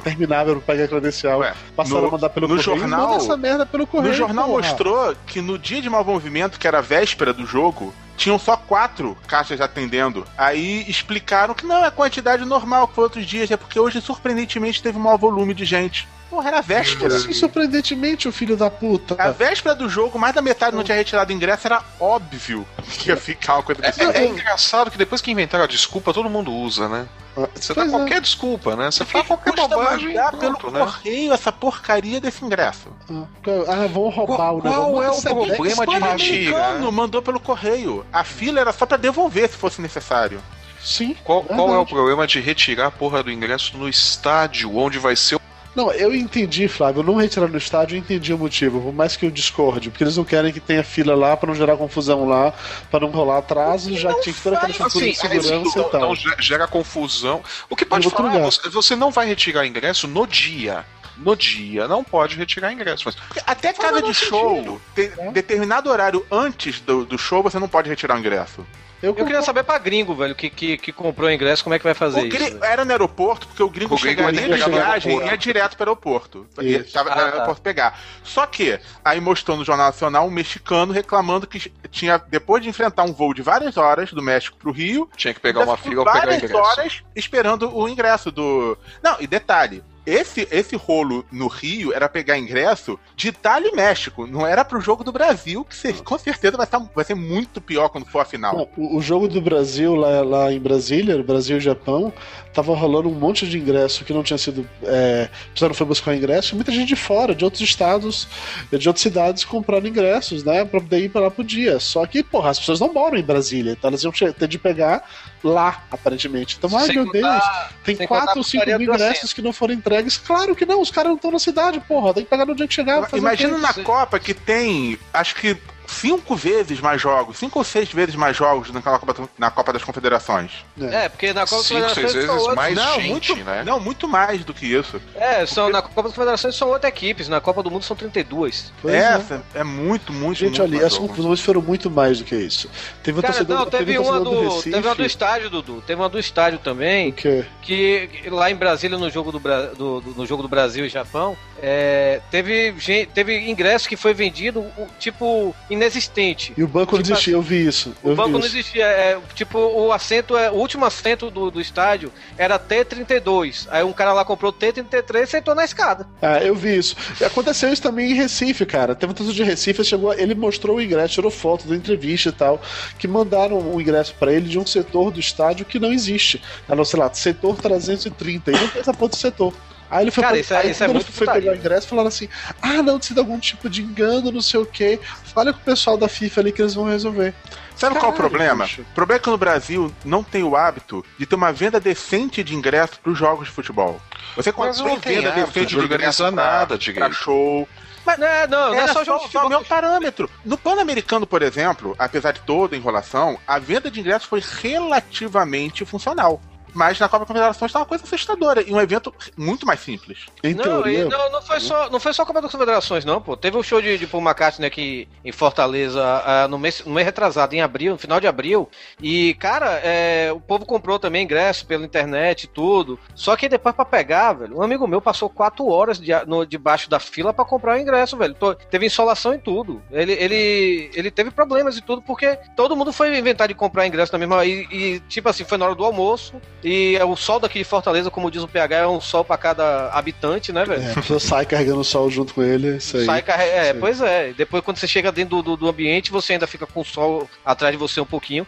interminável pra pegar a credencial. Ué, passaram no, a mandar pelo no correio. jornal, manda essa merda pelo correio. No jornal porra. mostrou que no dia de mau movimento, que era a véspera do jogo, tinham só quatro caixas atendendo. Aí explicaram que não, é a quantidade normal que foi outros dias, é porque hoje, surpreendentemente, teve um maior volume de gente. Porra, era a véspera. Assim, surpreendentemente, o filho da puta. A véspera do jogo, mais da metade não tinha retirado ingresso, era óbvio que ia ficar uma coisa desse É, jeito. é engraçado que depois que inventaram a desculpa, todo mundo usa, né? Você dá Pois é. qualquer desculpa, né? Você fala qualquer Custa bobagem mandar e pelo pronto, né? correio essa porcaria desse ingresso. Ah, vão roubar o negócio. Qual é o Manda essa problema de O merda. retirar? americano mandou pelo correio. A fila era só pra devolver se fosse necessário. Sim. Qual, qual é o verdade. problema de retirar a porra do ingresso no estádio, onde vai ser o... Não, eu entendi, Flávio. Não retirar no estádio, eu entendi o motivo. Por mais que eu discorde, porque eles não querem que tenha fila lá pra não gerar confusão lá, pra não rolar atraso, já que tinha que ter aquela estrutura de segurança então, e tal. então ge- gera confusão. O que pode Em outro falar, lugar. você, você não vai retirar ingresso no dia. No dia, não pode retirar ingresso. Mas Porque até Faz casa menor de show, sentido. tem determinado horário antes do, do show, você não pode retirar o ingresso. Eu, Eu queria saber pra gringo, velho, que, que, que comprou o ingresso, como é que vai fazer O isso? gri- velho? era no aeroporto, porque o gringo O gringo chegaria ia de pegar no viagem e aeroporto. ia direto para o aeroporto. Ia, Isso. tava Ah, no tá. aeroporto pegar. Só que, aí mostrou no Jornal Nacional um mexicano reclamando que tinha, depois de enfrentar um voo de várias horas do México pro Rio, tinha que pegar uma ficou fila ou pegar várias ingresso. horas esperando o ingresso do... Não, e detalhe, esse, esse rolo no Rio era pegar ingresso de Itália e México, não era pro jogo do Brasil, que cê- com certeza vai, tá- vai ser muito pior quando for a final. Não, o, o jogo do Brasil lá, lá em Brasília, Brasil e Japão, tava rolando um monte de ingresso que não tinha sido. É, não foi buscar ingresso, e muita gente de fora, de outros estados, de outras cidades, comprando ingressos, né? Pra poder ir pra lá pro dia. Só que, porra, as pessoas não moram em Brasília, então elas iam che- ter de pegar lá, aparentemente. Então, ai Sem meu contar- Deus, tem sem contar quatro a ou cinco putaria mil do ingressos assento. que não foram entregues. Claro que não, os caras não estão na cidade, porra. Tem que pegar no dia que chegar. fazer o Imagina quê? na Sim. Copa que tem, acho que cinco vezes mais jogos, cinco ou seis vezes mais jogos naquela Copa, na Copa das Confederações. É, porque na Copa das Cinco, seis Confederações são vezes outros- mais não, gente, muito, né? não, muito mais do que isso. É, são, na Copa das Confederações são oito equipes, na Copa do Mundo são trinta e dois. Pois é. Essa é. muito, muito, Gente, muito olha, mais as jogo. confusões foram muito mais do que isso. Teve um Cara, torcedor, não, teve um uma torcedor do, Recife, teve uma do estádio, Dudu. Teve uma do estádio também, que que lá em Brasília, no jogo do, Bra- do- do- no jogo do Brasil e Japão, é, teve, gente, teve ingresso que foi vendido, o- tipo, inexistente. E o banco não Tipo, existia, eu vi isso. Eu O banco vi não isso. existia. É, tipo, o assento, é, o último assento do, do estádio era T trinta e dois. Aí um cara lá comprou T trinta e três e sentou na escada. Ah, eu vi isso. E aconteceu isso também em Recife, cara. Teve um torcedor de Recife, ele chegou, ele mostrou o ingresso, tirou foto da entrevista e tal, que mandaram o ingresso pra ele de um setor do estádio que não existe. Ah, não, sei lá, setor trezentos e trinta. E não tem essa porra de setor. Aí ele foi, Cara, pra- isso é- aí isso é quando ele muito foi putaria. pegar o ingresso, falaram assim: ah, não, sido algum tipo de engano, não sei o quê. Fala com o pessoal da FIFA ali que eles vão resolver. Sabe qual é o Caralho, problema? bicho. O problema é que no Brasil não tem o hábito de ter uma venda decente de ingresso para os jogos de futebol. Você Mas consegue não tem venda hábito decente de de organizar ingresso pra- nada pra direito. show. Mas não, é- não, não é Era só jogo de só o futebol. meu parâmetro. No Pan-Americano, por exemplo, apesar de toda a enrolação, a venda de ingressos foi relativamente funcional. Mas na Copa das Confederações tá uma coisa assustadora e um evento muito mais simples. Em Não, teoria. e não, não foi só, não foi só a Copa das Confederações, não, pô. Teve o show de, de Paul McCartney aqui em Fortaleza ah, no, mês, no mês retrasado, em abril, no final de abril. E, cara, é, o povo comprou também ingresso pela internet e tudo. Só que depois pra pegar, velho, um amigo meu passou quatro horas de, no, debaixo da fila pra comprar o ingresso, velho. Tô- teve insolação e tudo. Ele, ele, ele teve problemas e tudo, porque todo mundo foi inventar de comprar ingresso na mesma. E, e, tipo assim, foi na hora do almoço. E é o sol daqui de Fortaleza, como diz o P H, é um sol pra cada habitante, né, velho? É, a pessoa sai carregando o sol junto com ele, isso aí. Sai carre... É, Sim. pois é. Depois, quando você chega dentro do, do, do ambiente, você ainda fica com o sol atrás de você um pouquinho.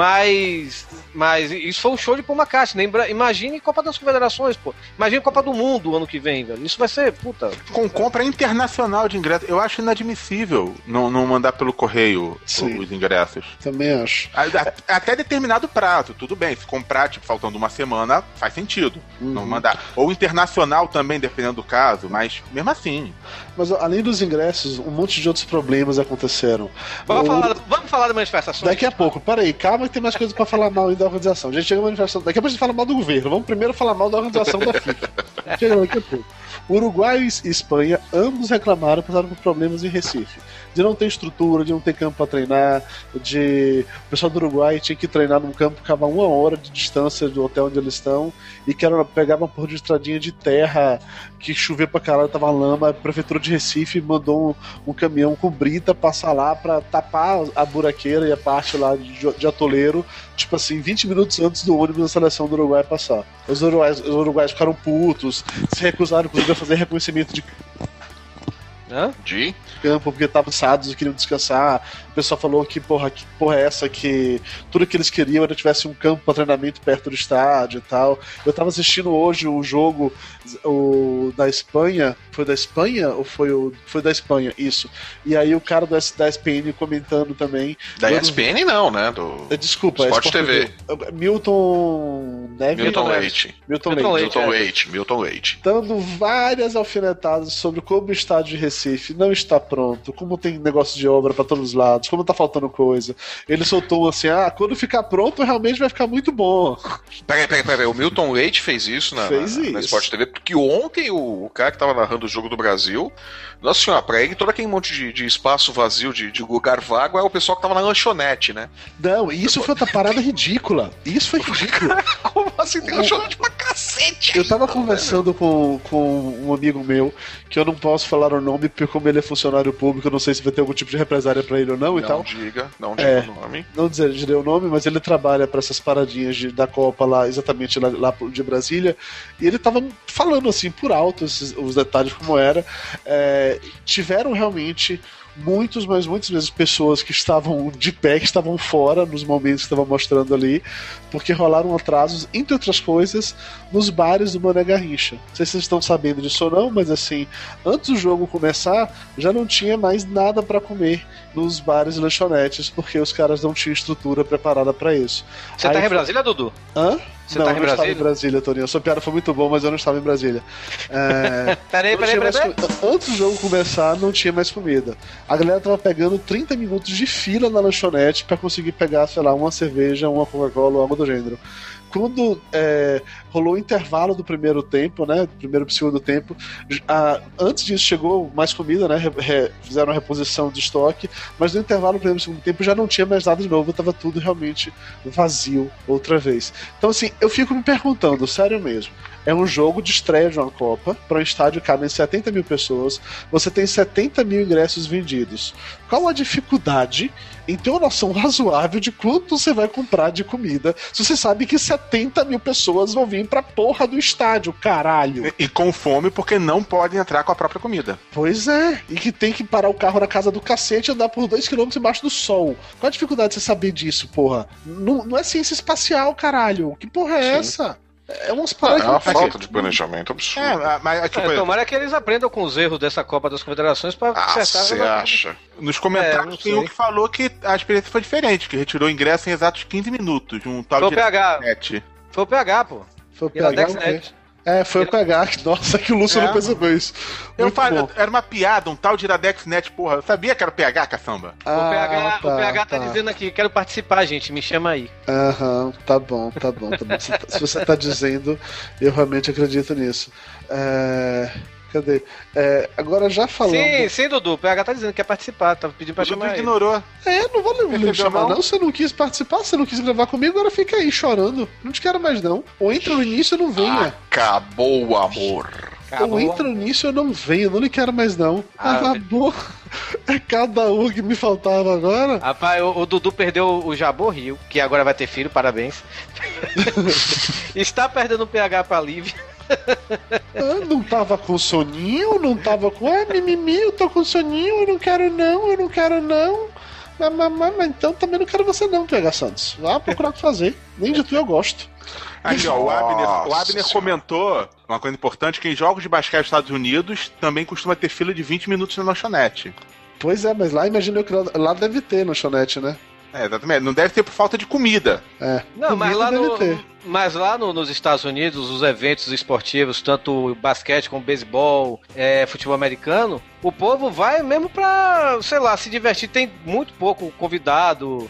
Mas. Mas isso foi um show de Paul McCartney. Lembra... Imagine Copa das Confederações, pô. Imagine Copa do Mundo ano que vem, velho. Isso vai ser, puta. Com compra internacional de ingressos, eu acho inadmissível não, não mandar pelo correio Sim. os ingressos. Também acho. A- a- Até determinado prazo, tudo bem. Se comprar, tipo, faltando uma semana, faz sentido. Uhum. Não mandar. Ou internacional também, dependendo do caso, mas mesmo assim. Mas ó, além dos ingressos, um monte de outros problemas aconteceram. Vamos, O- falar, vamos falar da manifestação. Daqui a pouco, peraí, calma que tem mais coisas pra falar mal ainda da organização. A gente chega na manifestação. Daqui a pouco a gente fala mal do governo. Vamos primeiro falar mal da organização da FIFA. Chega daqui a pouco. Uruguai e Espanha, ambos reclamaram, passaram por problemas em Recife. De não ter estrutura, de não ter campo para treinar, de o pessoal do Uruguai tinha que treinar num campo que ficava uma hora de distância do hotel onde eles estão, e que era, pegava uma porra de estradinha de terra, que chovia pra caralho, tava lama. A prefeitura de Recife mandou um, um caminhão com brita passar lá pra tapar a buraqueira e a parte lá de, de atoleiro, tipo assim, vinte minutos antes do ônibus da seleção do Uruguai passar. Os uruguaios, os uruguaios ficaram putos, se recusaram, inclusive, a fazer reconhecimento de Hã? De? campo, porque estavam cansados e queriam descansar. O pessoal falou que porra, que porra é essa, que tudo que eles queriam era que tivesse um campo para treinamento perto do estádio e tal. Eu tava assistindo hoje o jogo o, da Espanha. Foi da Espanha? Ou foi o. Foi da Espanha, isso. E aí o cara do, da S P N comentando também. Da S P N não, né? Do... Desculpa, Sport é T V. Milton. Neve, Milton né? Leite. Milton, Milton Leite. Leite. Milton Leite. Milton Leite. Dando várias alfinetadas sobre como o estádio de Recife não está pronto, como tem negócio de obra para todos os lados, como tá faltando coisa. Ele soltou assim: ah, quando ficar pronto realmente vai ficar muito bom. Peraí, peraí, peraí. O Milton Leite fez isso na, fez na, isso. na Sport T V, porque ontem o, o cara que tava narrando o jogo do Brasil, nossa senhora, pra ele todo aquele monte de, de espaço vazio, de, de lugar vago, é o pessoal que tava na lanchonete, né? Não, isso foi outra parada ridícula. Isso foi ridículo. Como assim? Tem lanchonete pra cacete. Eu tava conversando com, com um amigo meu, que eu não posso falar o nome, porque como ele é funcionário público, eu não sei se vai ter algum tipo de represária pra ele ou não, não e tal. Não diga, não diga é, o nome. Não dizer, direi o nome, mas ele trabalha pra essas paradinhas de, da Copa lá, exatamente lá, lá de Brasília, e ele tava falando assim, por alto, esses, os detalhes como era. É, tiveram realmente muitos, mas muitas vezes pessoas que estavam de pé, que estavam fora nos momentos que estavam mostrando ali, porque rolaram atrasos, entre outras coisas, nos bares do Mané Garrincha. Não sei se vocês estão sabendo disso ou não, mas assim, antes do jogo começar, já não tinha mais nada para comer nos bares e lanchonetes, porque os caras não tinham estrutura preparada para isso. Você Aí tá em foi... Brasília, Dudu? Hã? Você não, tá eu em não Brasília? estava em Brasília, Toninho. A sua piada foi muito boa, mas eu não estava em Brasília. É... peraí, peraí, peraí. peraí. Com... Antes do jogo começar, não tinha mais comida. A galera tava pegando trinta minutos de fila na lanchonete para conseguir pegar, sei lá, uma cerveja, uma Coca-Cola ou algo do gênero. Quando é, rolou o intervalo do primeiro tempo, né? Primeiro pro segundo tempo, a, antes disso chegou mais comida, né? Re, re, fizeram a reposição de estoque, mas no intervalo do primeiro e segundo tempo já não tinha mais nada de novo, tava tudo realmente vazio outra vez. Então, assim, eu fico me perguntando, sério mesmo. É um jogo de estreia de uma Copa, para um estádio que cabem setenta mil pessoas, você tem setenta mil ingressos vendidos. Qual a dificuldade em ter uma noção razoável de quanto você vai comprar de comida, se você sabe que setenta mil pessoas vão vir pra porra do estádio, caralho? E, e com fome porque não podem entrar com a própria comida. Pois é, e que tem que parar o carro na casa do cacete e andar por dois quilômetros embaixo do sol. Qual a dificuldade de você saber disso, porra? Não, não é ciência espacial, caralho. Que porra é Sim. essa? É umas paradas. É uma falta de planejamento absurdo. É, mas aqui, é, tomara que eles aprendam com os erros dessa Copa das Confederações pra ah, acertar. Você acha? Nos comentários é, tem um que falou que a experiência foi diferente, que retirou o ingresso em exatos quinze minutos. Um tal foi de o P H. Net. Foi o P H, pô. Foi o P H. É, foi o P H. Nossa, que o Lúcio é. não percebeu isso. Eu falo, era uma piada, um tal de IradexNet, porra. Eu sabia que era o P H, caçamba. Ah, o P H, tá, o P H tá, tá dizendo aqui, quero participar, gente, me chama aí. Aham, tá bom, tá bom, tá bom. Se, se você tá dizendo, eu realmente acredito nisso. É... Cadê? É, agora já falando... Sim, sim, Dudu, o P H tá dizendo que quer participar, tá pedindo pra o chamar Dudu ignorou. É, não vou me chamar não? não, você não quis participar, você não quis gravar comigo, agora fica aí chorando. Não te quero mais não. Ou entra no início ou não venha. Acabou o amor. Acabou. Ou entra no início ou não venha, não lhe quero mais não. Ah, Acabou. É cada um que me faltava agora. Rapaz, o, o Dudu perdeu o Jabor Rio, que agora vai ter filho, parabéns. Está perdendo o P H pra Lívia. Ah, não tava com soninho, não tava com. Ah, mimimi, eu tô com soninho, eu não quero não, eu não quero não. Mas, mas, mas então também não quero você não, P H Santos. Vá procurar o que fazer. Nem de tu eu gosto. Aqui, ó, o Abner, o Abner comentou uma coisa importante, que em jogos de basquete nos Estados Unidos também costuma ter fila de vinte minutos na lanchonete. Pois é, mas lá imagino que lá, lá deve ter lanchonete, né? É, exatamente. Não deve ter por falta de comida. É. Não, mas lá no, Mas lá no, nos Estados Unidos, os eventos esportivos, tanto basquete como beisebol, é, futebol americano, o povo vai mesmo pra, sei lá, se divertir. Tem muito pouco convidado,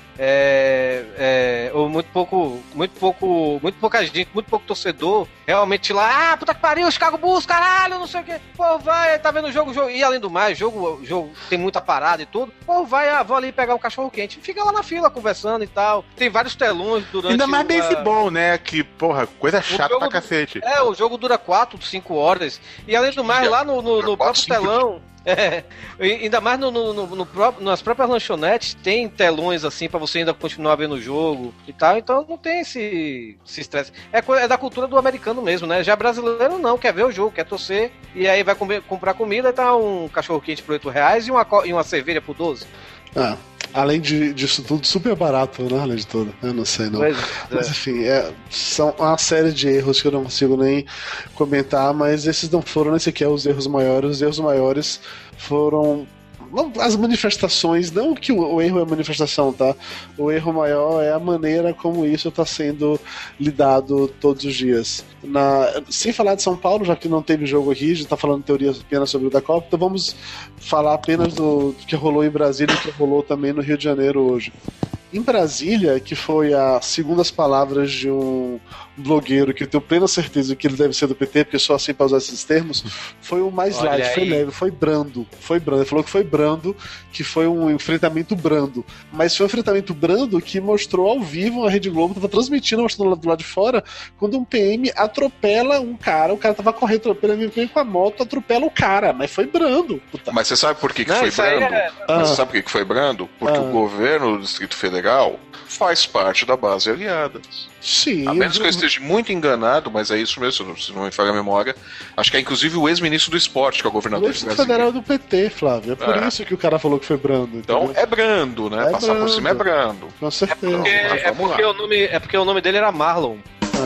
é, é, ou muito pouco, muito pouco, muito pouca gente, muito pouco torcedor realmente lá, ah, puta que pariu, Chicago Bulls, caralho, não sei o que. Pô, vai, tá vendo o jogo, jogo, e além do mais, jogo, jogo tem muita parada e tudo. Pô, vai, ah, vou ali pegar um cachorro quente. Fica lá na fila conversando e tal. Tem vários telões durante. Ainda mais uma... beisebol, né? Que, porra, coisa chata jogo, pra cacete. É, o jogo dura quatro, cinco horas. E além do mais, lá no, no, no próprio telão. É, ainda mais no, no, no, no próprio, nas próprias lanchonetes tem telões assim pra você ainda continuar vendo o jogo e tal, então não tem esse estresse. É, é da cultura do americano mesmo, né? Já brasileiro não, quer ver o jogo, quer torcer, e aí vai comer, comprar comida e tá um cachorro quente por oito reais e uma, e uma cerveja por doze. Ah, além de, disso tudo, super barato, né? Além de tudo, eu não sei não. Mas, mas enfim, é, são uma série de erros que eu não consigo nem comentar, mas esses não foram nem sequer os erros maiores. Os erros maiores foram não, as manifestações, não que o, o erro é a manifestação, tá? O erro maior é a maneira como isso está sendo lidado todos os dias. Na, sem falar de São Paulo, já que não teve jogo aqui, a gente está falando teorias apenas sobre o da Copa, então vamos falar apenas do, do que rolou em Brasília e que rolou também no Rio de Janeiro hoje. Em Brasília, que foi a segundas palavras de um blogueiro que eu tenho plena certeza que ele deve ser do P T, porque só assim para usar esses termos, foi o mais Olha light, aí. foi leve, foi brando, foi brando. Ele falou que foi brando, que foi um enfrentamento brando. Mas foi um enfrentamento brando que mostrou ao vivo, a Rede Globo estava transmitindo, mostrando do lado de fora, quando um P M atropela um cara, o cara tava correndo, atropelando ele com a moto, atropela o cara, mas foi brando. Puta. Mas você sabe por que, que Não, foi isso aí brando? é- Mas Ah. você sabe por que, que foi brando? Porque Ah. o governo do Distrito Federal faz parte da base aliada. Sim. A menos eu- que eu esteja muito enganado, mas é isso mesmo, se não me falha a memória. Acho que é inclusive o ex-ministro do esporte, que é o O governador de Distrito Brasília. Federal é do P T, Flávio. É por É. isso que o cara falou que foi brando. Então entendeu? é brando, né? É Passar brando. por cima é brando. Com certeza. Não, É, mas é vamos porque lá. o nome, é porque o nome dele era Marlon.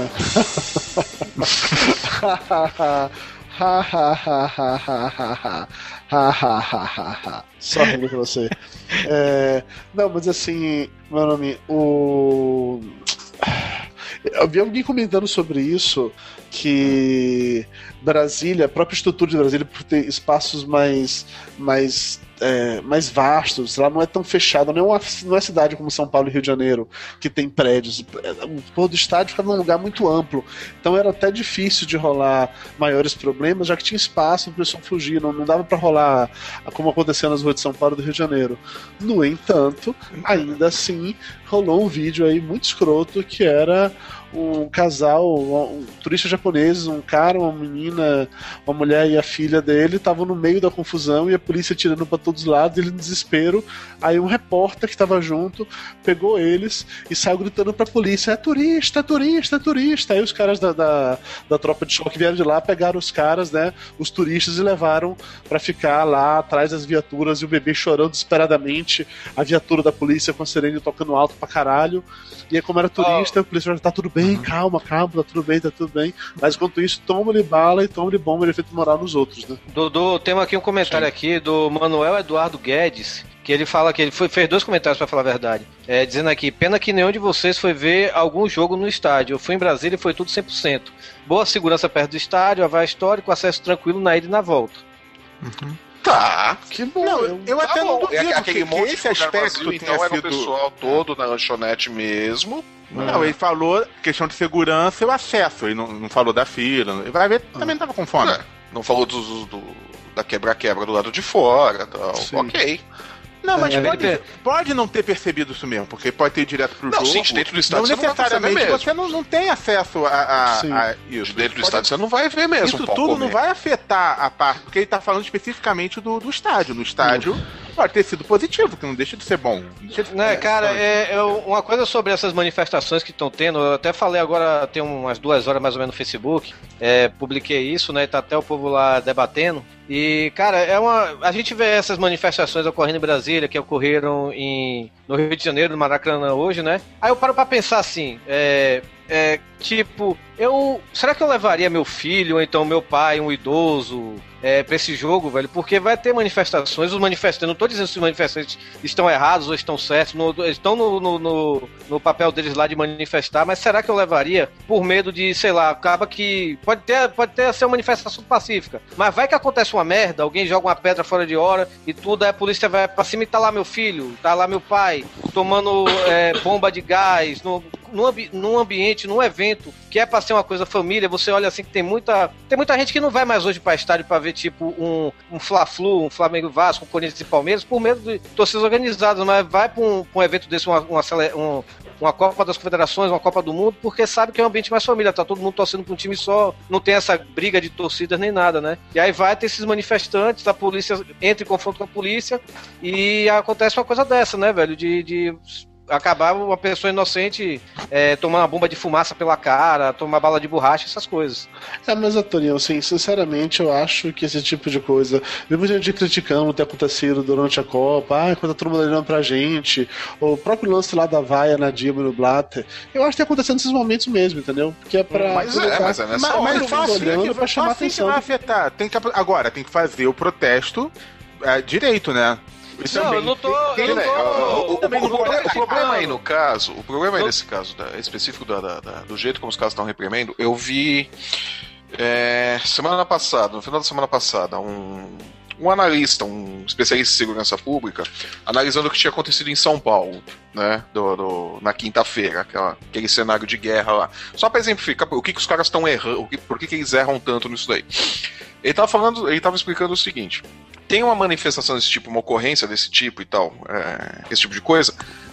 Só rindo com você. É, não, mas assim, meu nome, o. Eu vi alguém comentando sobre isso, que Brasília, a própria estrutura de Brasília, por ter espaços mais, mais, é, mais vastos, ela não é tão fechada, não é, uma, não é cidade como São Paulo e Rio de Janeiro, que tem prédios. O pôr do estádio fica num lugar muito amplo, então era até difícil de rolar maiores problemas, já que tinha espaço para o pessoal fugir, não, não dava para rolar como aconteceu nas ruas de São Paulo e do Rio de Janeiro. No entanto, ainda assim, rolou um vídeo aí muito escroto que era um casal, um, um turista japonês, um cara, uma menina, uma mulher e a filha dele estavam no meio da confusão e a polícia tirando para todos os lados, ele em desespero. Aí um repórter que estava junto pegou eles e saiu gritando pra polícia: é turista, é turista, é turista. Aí os caras da, da, da tropa de choque vieram de lá, pegaram os caras, né, os turistas, e levaram pra ficar lá atrás das viaturas, e o bebê chorando desesperadamente, a viatura da polícia com a sirene tocando alto pra caralho. E aí, como era turista, oh. a polícia falou: tá tudo bem, calma, calma, tá tudo bem, tá tudo bem. Mas enquanto isso, toma-lhe bala e toma-lhe bomba de efeito moral nos outros, né? Dudu, tem aqui um comentário Sim. aqui do Manuel Eduardo Guedes, que ele fala que ele foi, fez dois comentários pra falar a verdade. É, dizendo aqui: pena que nenhum de vocês foi ver algum jogo no estádio. Eu fui em Brasília e foi tudo cem por cento. Boa segurança perto do estádio, aval histórico, acesso tranquilo na ida e na volta. Uhum. Tá, que bom. Não, eu, eu tá até bom. não duvido é aquele que, monte que esse aspecto vazio, então era sido... o pessoal todo na lanchonete mesmo. Não, ele falou questão de segurança e o acesso. Ele não, não falou da fila. Ele vai ver, também não tava com fome. É, não falou do, do, da quebra-quebra do lado de fora. Tal. Ok. Não, mas é, pode, é. pode não ter percebido isso mesmo, porque pode ter ido direto pro não, jogo. Sim, de dentro do estádio não você necessariamente não vai você não, não tem acesso a, a, a isso. De dentro do pode... estádio você não vai ver mesmo. Isso um tudo comer. não vai afetar a parte, porque ele tá falando especificamente do, do estádio. No estádio uhum. pode ter sido positivo, que não deixa de ser bom. Deixa de... Né, cara, é, é uma coisa sobre essas manifestações que estão tendo. Eu até falei agora, tem umas duas horas mais ou menos no Facebook. É, publiquei isso, né? Tá até o povo lá debatendo. E, cara, é uma. A gente vê essas manifestações ocorrendo em Brasília, que ocorreram em, no Rio de Janeiro, no Maracanã hoje, né? Aí eu paro pra pensar assim, é, é, tipo, eu... Será que eu levaria meu filho, ou então meu pai, um idoso, é, pra esse jogo, velho? Porque vai ter manifestações, os manifestantes, não tô dizendo se os manifestantes estão errados ou estão certos, no, estão no, no, no, no papel deles lá de manifestar, mas será que eu levaria por medo de, sei lá, acaba que... Pode ter, pode ter ser uma manifestação pacífica, mas vai que acontece uma merda, alguém joga uma pedra fora de hora e tudo, aí a polícia vai pra cima e tá lá meu filho, tá lá meu pai, tomando é, bomba de gás, no, num, ambi- num ambiente, num evento que é pra ser uma coisa família, você olha assim que tem muita tem muita gente que não vai mais hoje pra estádio pra ver tipo um, um Fla-Flu, um Flamengo Vasco, um Corinthians e Palmeiras por medo de torcidas organizadas, mas vai pra um, pra um evento desse, uma, uma, um, uma Copa das Confederações, uma Copa do Mundo, porque sabe que é um ambiente mais família, tá todo mundo torcendo pra um time só, não tem essa briga de torcidas nem nada, né? E aí vai ter esses manifestantes, a polícia entra em confronto com a polícia e acontece uma coisa dessa, né, velho? De... de acabar uma pessoa inocente é, tomar uma bomba de fumaça pela cara, tomar bala de borracha, essas coisas. É, mas, Torinho, assim, sinceramente, eu acho que esse tipo de coisa, mesmo a gente criticando o que ter acontecido durante a Copa, ah, quando a turma olhando pra gente, o próprio lance lá da vaia na Dilma e no Blatter, eu acho que tá acontecendo nesses momentos mesmo, entendeu? Porque é pra... Mas é, mas é nessa hora. Mas fácil, olhando pra chamar atenção. Vai afetar. Tem que, agora, tem que fazer o protesto é, direito, né? E não, também, eu não tô. Eu não tô o, o, o, o, o problema aí no caso, o problema aí nesse caso da, específico da, da, da, do jeito como os caras estão reprimindo, eu vi é, semana passada, no final da semana passada, um, um analista, um especialista em segurança pública, analisando o que tinha acontecido em São Paulo, né, do, do, na quinta-feira, aquela, aquele cenário de guerra lá. Só pra exemplificar o que, que os caras estão errando, por que, que eles erram tanto nisso daí. Ele tava falando, ele tava explicando o seguinte: tem uma manifestação desse tipo, uma ocorrência desse tipo e tal, é, esse tipo de coisa,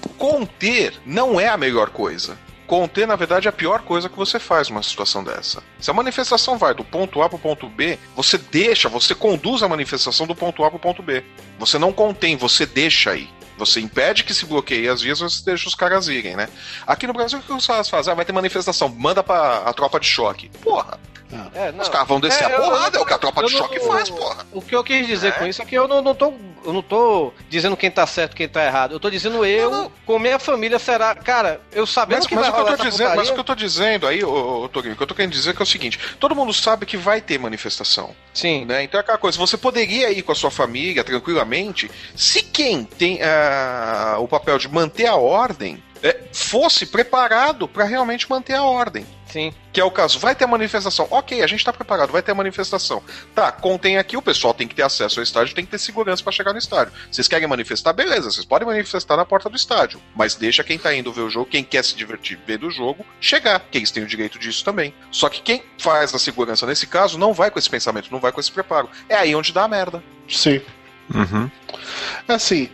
conter não é a melhor coisa. Conter, na verdade, é a pior coisa que você faz numa situação dessa. Se a manifestação vai do ponto A pro ponto B, você deixa, você conduz a manifestação do ponto A pro ponto B. Você não contém, você deixa aí. Você impede que se bloqueie as vias, você deixa os caras irem, né? Aqui no Brasil, o que os caras fazem? Ah, vai ter manifestação, manda pra a tropa de choque. Porra! É, os caras vão descer é, a porrada, eu, eu, é o que a tropa de choque não, faz, porra. O que eu quis dizer é. com isso é que eu não, não, tô, eu não tô dizendo quem tá certo e quem tá errado. Eu tô dizendo eu, não, não. com minha família será... Cara, eu sabendo mas, que mas vai o que eu tô essa dizendo, Mas o que eu tô dizendo aí, ô, ô, Torinho, o que eu tô querendo dizer é, que é o seguinte: todo mundo sabe que vai ter manifestação. Sim. Né? Então é aquela coisa, você poderia ir com a sua família tranquilamente, se quem tem uh, o papel de manter a ordem é, fosse preparado para realmente manter a ordem. Sim. Que é o caso, vai ter manifestação. Ok, a gente tá preparado, vai ter manifestação. Tá, contém aqui, o pessoal tem que ter acesso ao estádio, tem que ter segurança para chegar no estádio. Vocês querem manifestar? Beleza, vocês podem manifestar na porta do estádio. Mas deixa quem tá indo ver o jogo, quem quer se divertir ver do jogo, chegar, que eles têm o direito disso também. Só que quem faz a segurança nesse caso não vai com esse pensamento, não vai com esse preparo. É aí onde dá a merda. Sim. Uhum. Assim,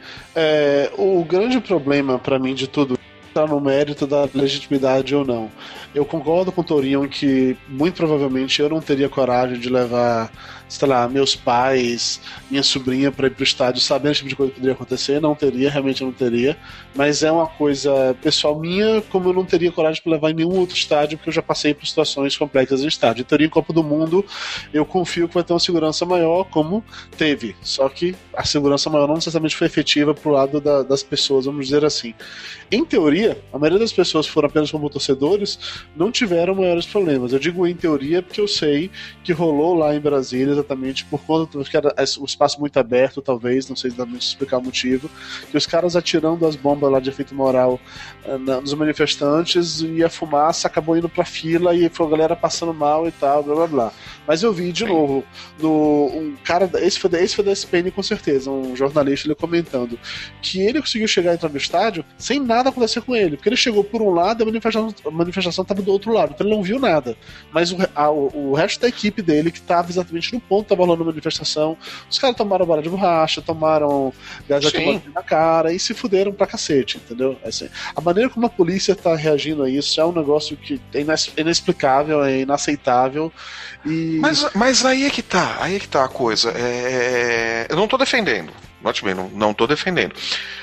é, o grande problema para mim de tudo está no mérito da legitimidade ou não. Eu concordo com o Torinho que muito provavelmente eu não teria coragem de levar, sei lá, meus pais, minha sobrinha para ir pro estádio sabendo esse tipo de coisa que poderia acontecer. Não teria, realmente não teria. Mas é uma coisa pessoal minha, como eu não teria coragem para levar em nenhum outro estádio, porque eu já passei por situações complexas em estádio. Em teoria, em Copa do Mundo, eu confio que vai ter uma segurança maior, como teve. Só que a segurança maior não necessariamente foi efetiva pro lado da, das pessoas, vamos dizer assim. Em teoria, a maioria das pessoas que foram apenas como torcedores não tiveram maiores problemas. Eu digo em teoria porque eu sei que rolou lá em Brasília exatamente por conta do que era um espaço muito aberto, talvez, não sei se dá pra explicar o motivo, que os caras atirando as bombas lá de efeito moral uh, nos manifestantes e a fumaça acabou indo pra fila e foi a galera passando mal e tal, blá blá blá. Mas eu vi de Sim. novo no, um cara, esse foi, esse foi da S P N com certeza, um jornalista ele comentando que ele conseguiu chegar e entrar no estádio sem nada acontecer com ele, porque ele chegou por um lado e a manifestação, a manifestação estava do outro lado, então ele não viu nada. Mas o, a, o, o resto da equipe dele, que estava exatamente no ponto que estava rolando a manifestação, os caras tomaram bala de borracha, tomaram gás na cara e se fuderam pra cacete, entendeu? Assim, a maneira como a polícia tá reagindo a isso é um negócio que é inexplicável, é inaceitável. E... Mas, mas aí é que tá, aí é que tá a coisa. É... Eu não tô defendendo. Note bem, não, não tô defendendo.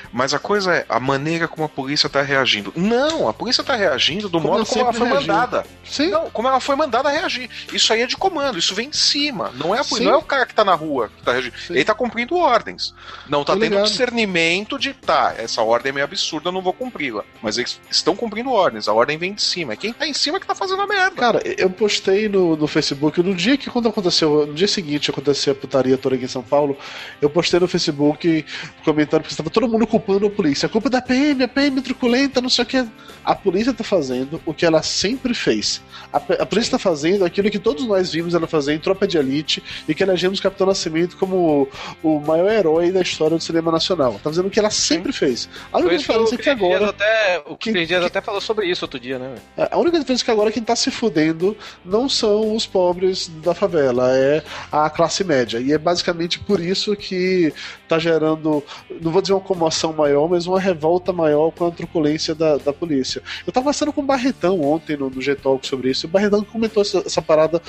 Mas a coisa é a maneira como a polícia tá reagindo. Não, a polícia tá reagindo do como modo como ela foi reagiu. mandada. Sim. Não, como ela foi mandada a reagir. Isso aí é de comando, isso vem de cima. Não é, a, não é o cara que tá na rua que tá reagindo. Sim. Ele tá cumprindo ordens. Não tá Tô tendo ligado. discernimento de, tá, essa ordem é meio absurda, eu não vou cumpri-la. Mas eles estão cumprindo ordens, a ordem vem de cima. É quem tá em cima que tá fazendo a merda. Cara, eu postei no, no Facebook, no dia que quando aconteceu, no dia seguinte aconteceu a putaria toda aqui em São Paulo, eu postei no Facebook comentando porque estava todo mundo culpando a polícia. A culpa é da P M, a P M truculenta, não sei o que. A polícia tá fazendo o que ela sempre fez. A, a polícia tá fazendo aquilo que todos nós vimos ela fazer em Tropa de Elite e que elegemos o Capitão Nascimento como o, o maior herói da história do cinema nacional. Tá fazendo o que ela sempre Sim. fez. A única diferença é que agora... Até, o que Dias até falou sobre isso outro dia, né? A única diferença é que agora quem tá se fudendo não são os pobres da favela, é a classe média. E é basicamente por isso que tá gerando, não vou dizer uma comoção maior, mas uma revolta maior com a truculência da, da polícia. Eu tava conversando com o Barretão ontem no, no G-Talk sobre isso, e o Barretão comentou essa, essa parada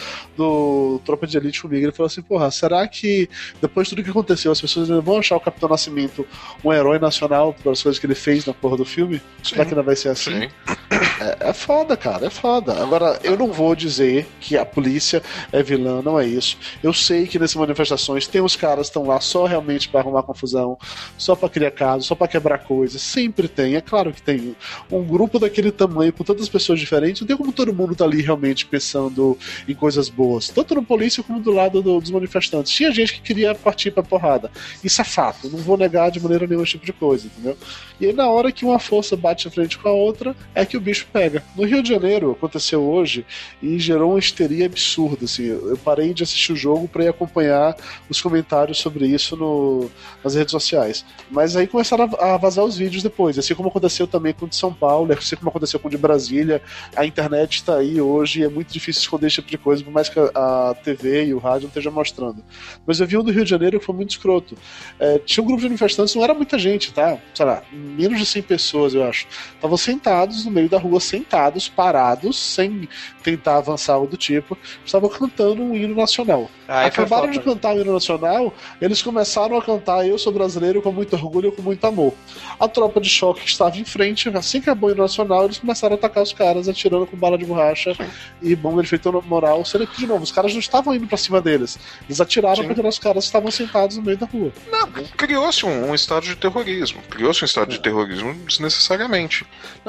do Tropa de Elite comigo. Ele falou assim, porra, será que depois de tudo que aconteceu, as pessoas ainda vão achar o Capitão Nascimento um herói nacional pelas coisas que ele fez na porra do filme? Sim. Será que ainda vai ser assim? Sim. É, é foda, cara, é foda. Agora, eu não vou dizer que a polícia é vilã, não é isso. Eu sei que nessas manifestações tem os caras que estão lá só realmente pra arrumar confusão, só pra criar casos, só pra quebrar coisas. Sempre tem, é claro que tem. Um grupo daquele tamanho, com tantas pessoas diferentes, não tem como todo mundo tá ali realmente pensando em coisas boas. Tanto no polícia como do lado do, dos manifestantes. Tinha gente que queria partir pra porrada. Isso é fato, não vou negar de maneira nenhuma esse tipo de coisa, entendeu? E aí na hora que uma força bate de frente com a outra, é que o bicho pega. No Rio de Janeiro, aconteceu hoje e gerou uma histeria absurda, assim. Eu parei de assistir o jogo para ir acompanhar os comentários sobre isso no, nas redes sociais. Mas aí começaram a, a vazar os vídeos depois, assim como aconteceu também com o de São Paulo, assim como aconteceu com o de Brasília. A internet está aí hoje e é muito difícil esconder esse tipo de coisa, por mais que a, a T V e o rádio não estejam mostrando. Mas eu vi um do Rio de Janeiro que foi muito escroto. É, tinha um grupo de manifestantes, não era muita gente, tá? Sei lá, menos de cem pessoas, eu acho. Estavam sentados no meio da rua, sentados, parados, sem tentar avançar algo do tipo, estavam cantando um hino nacional. Ah, Acabaram de cantar o hino nacional, eles começaram a cantar Eu Sou Brasileiro com muito orgulho e com muito amor. A tropa de choque que estava em frente, assim que acabou o hino nacional, eles começaram a atacar os caras, atirando com bala de borracha e bomba de efeito moral, sendo que, de novo, os caras não estavam indo pra cima deles, eles atiraram Sim. porque os caras estavam sentados no meio da rua. Não, criou-se um, um estado de terrorismo, criou-se um estado é. de terrorismo desnecessariamente.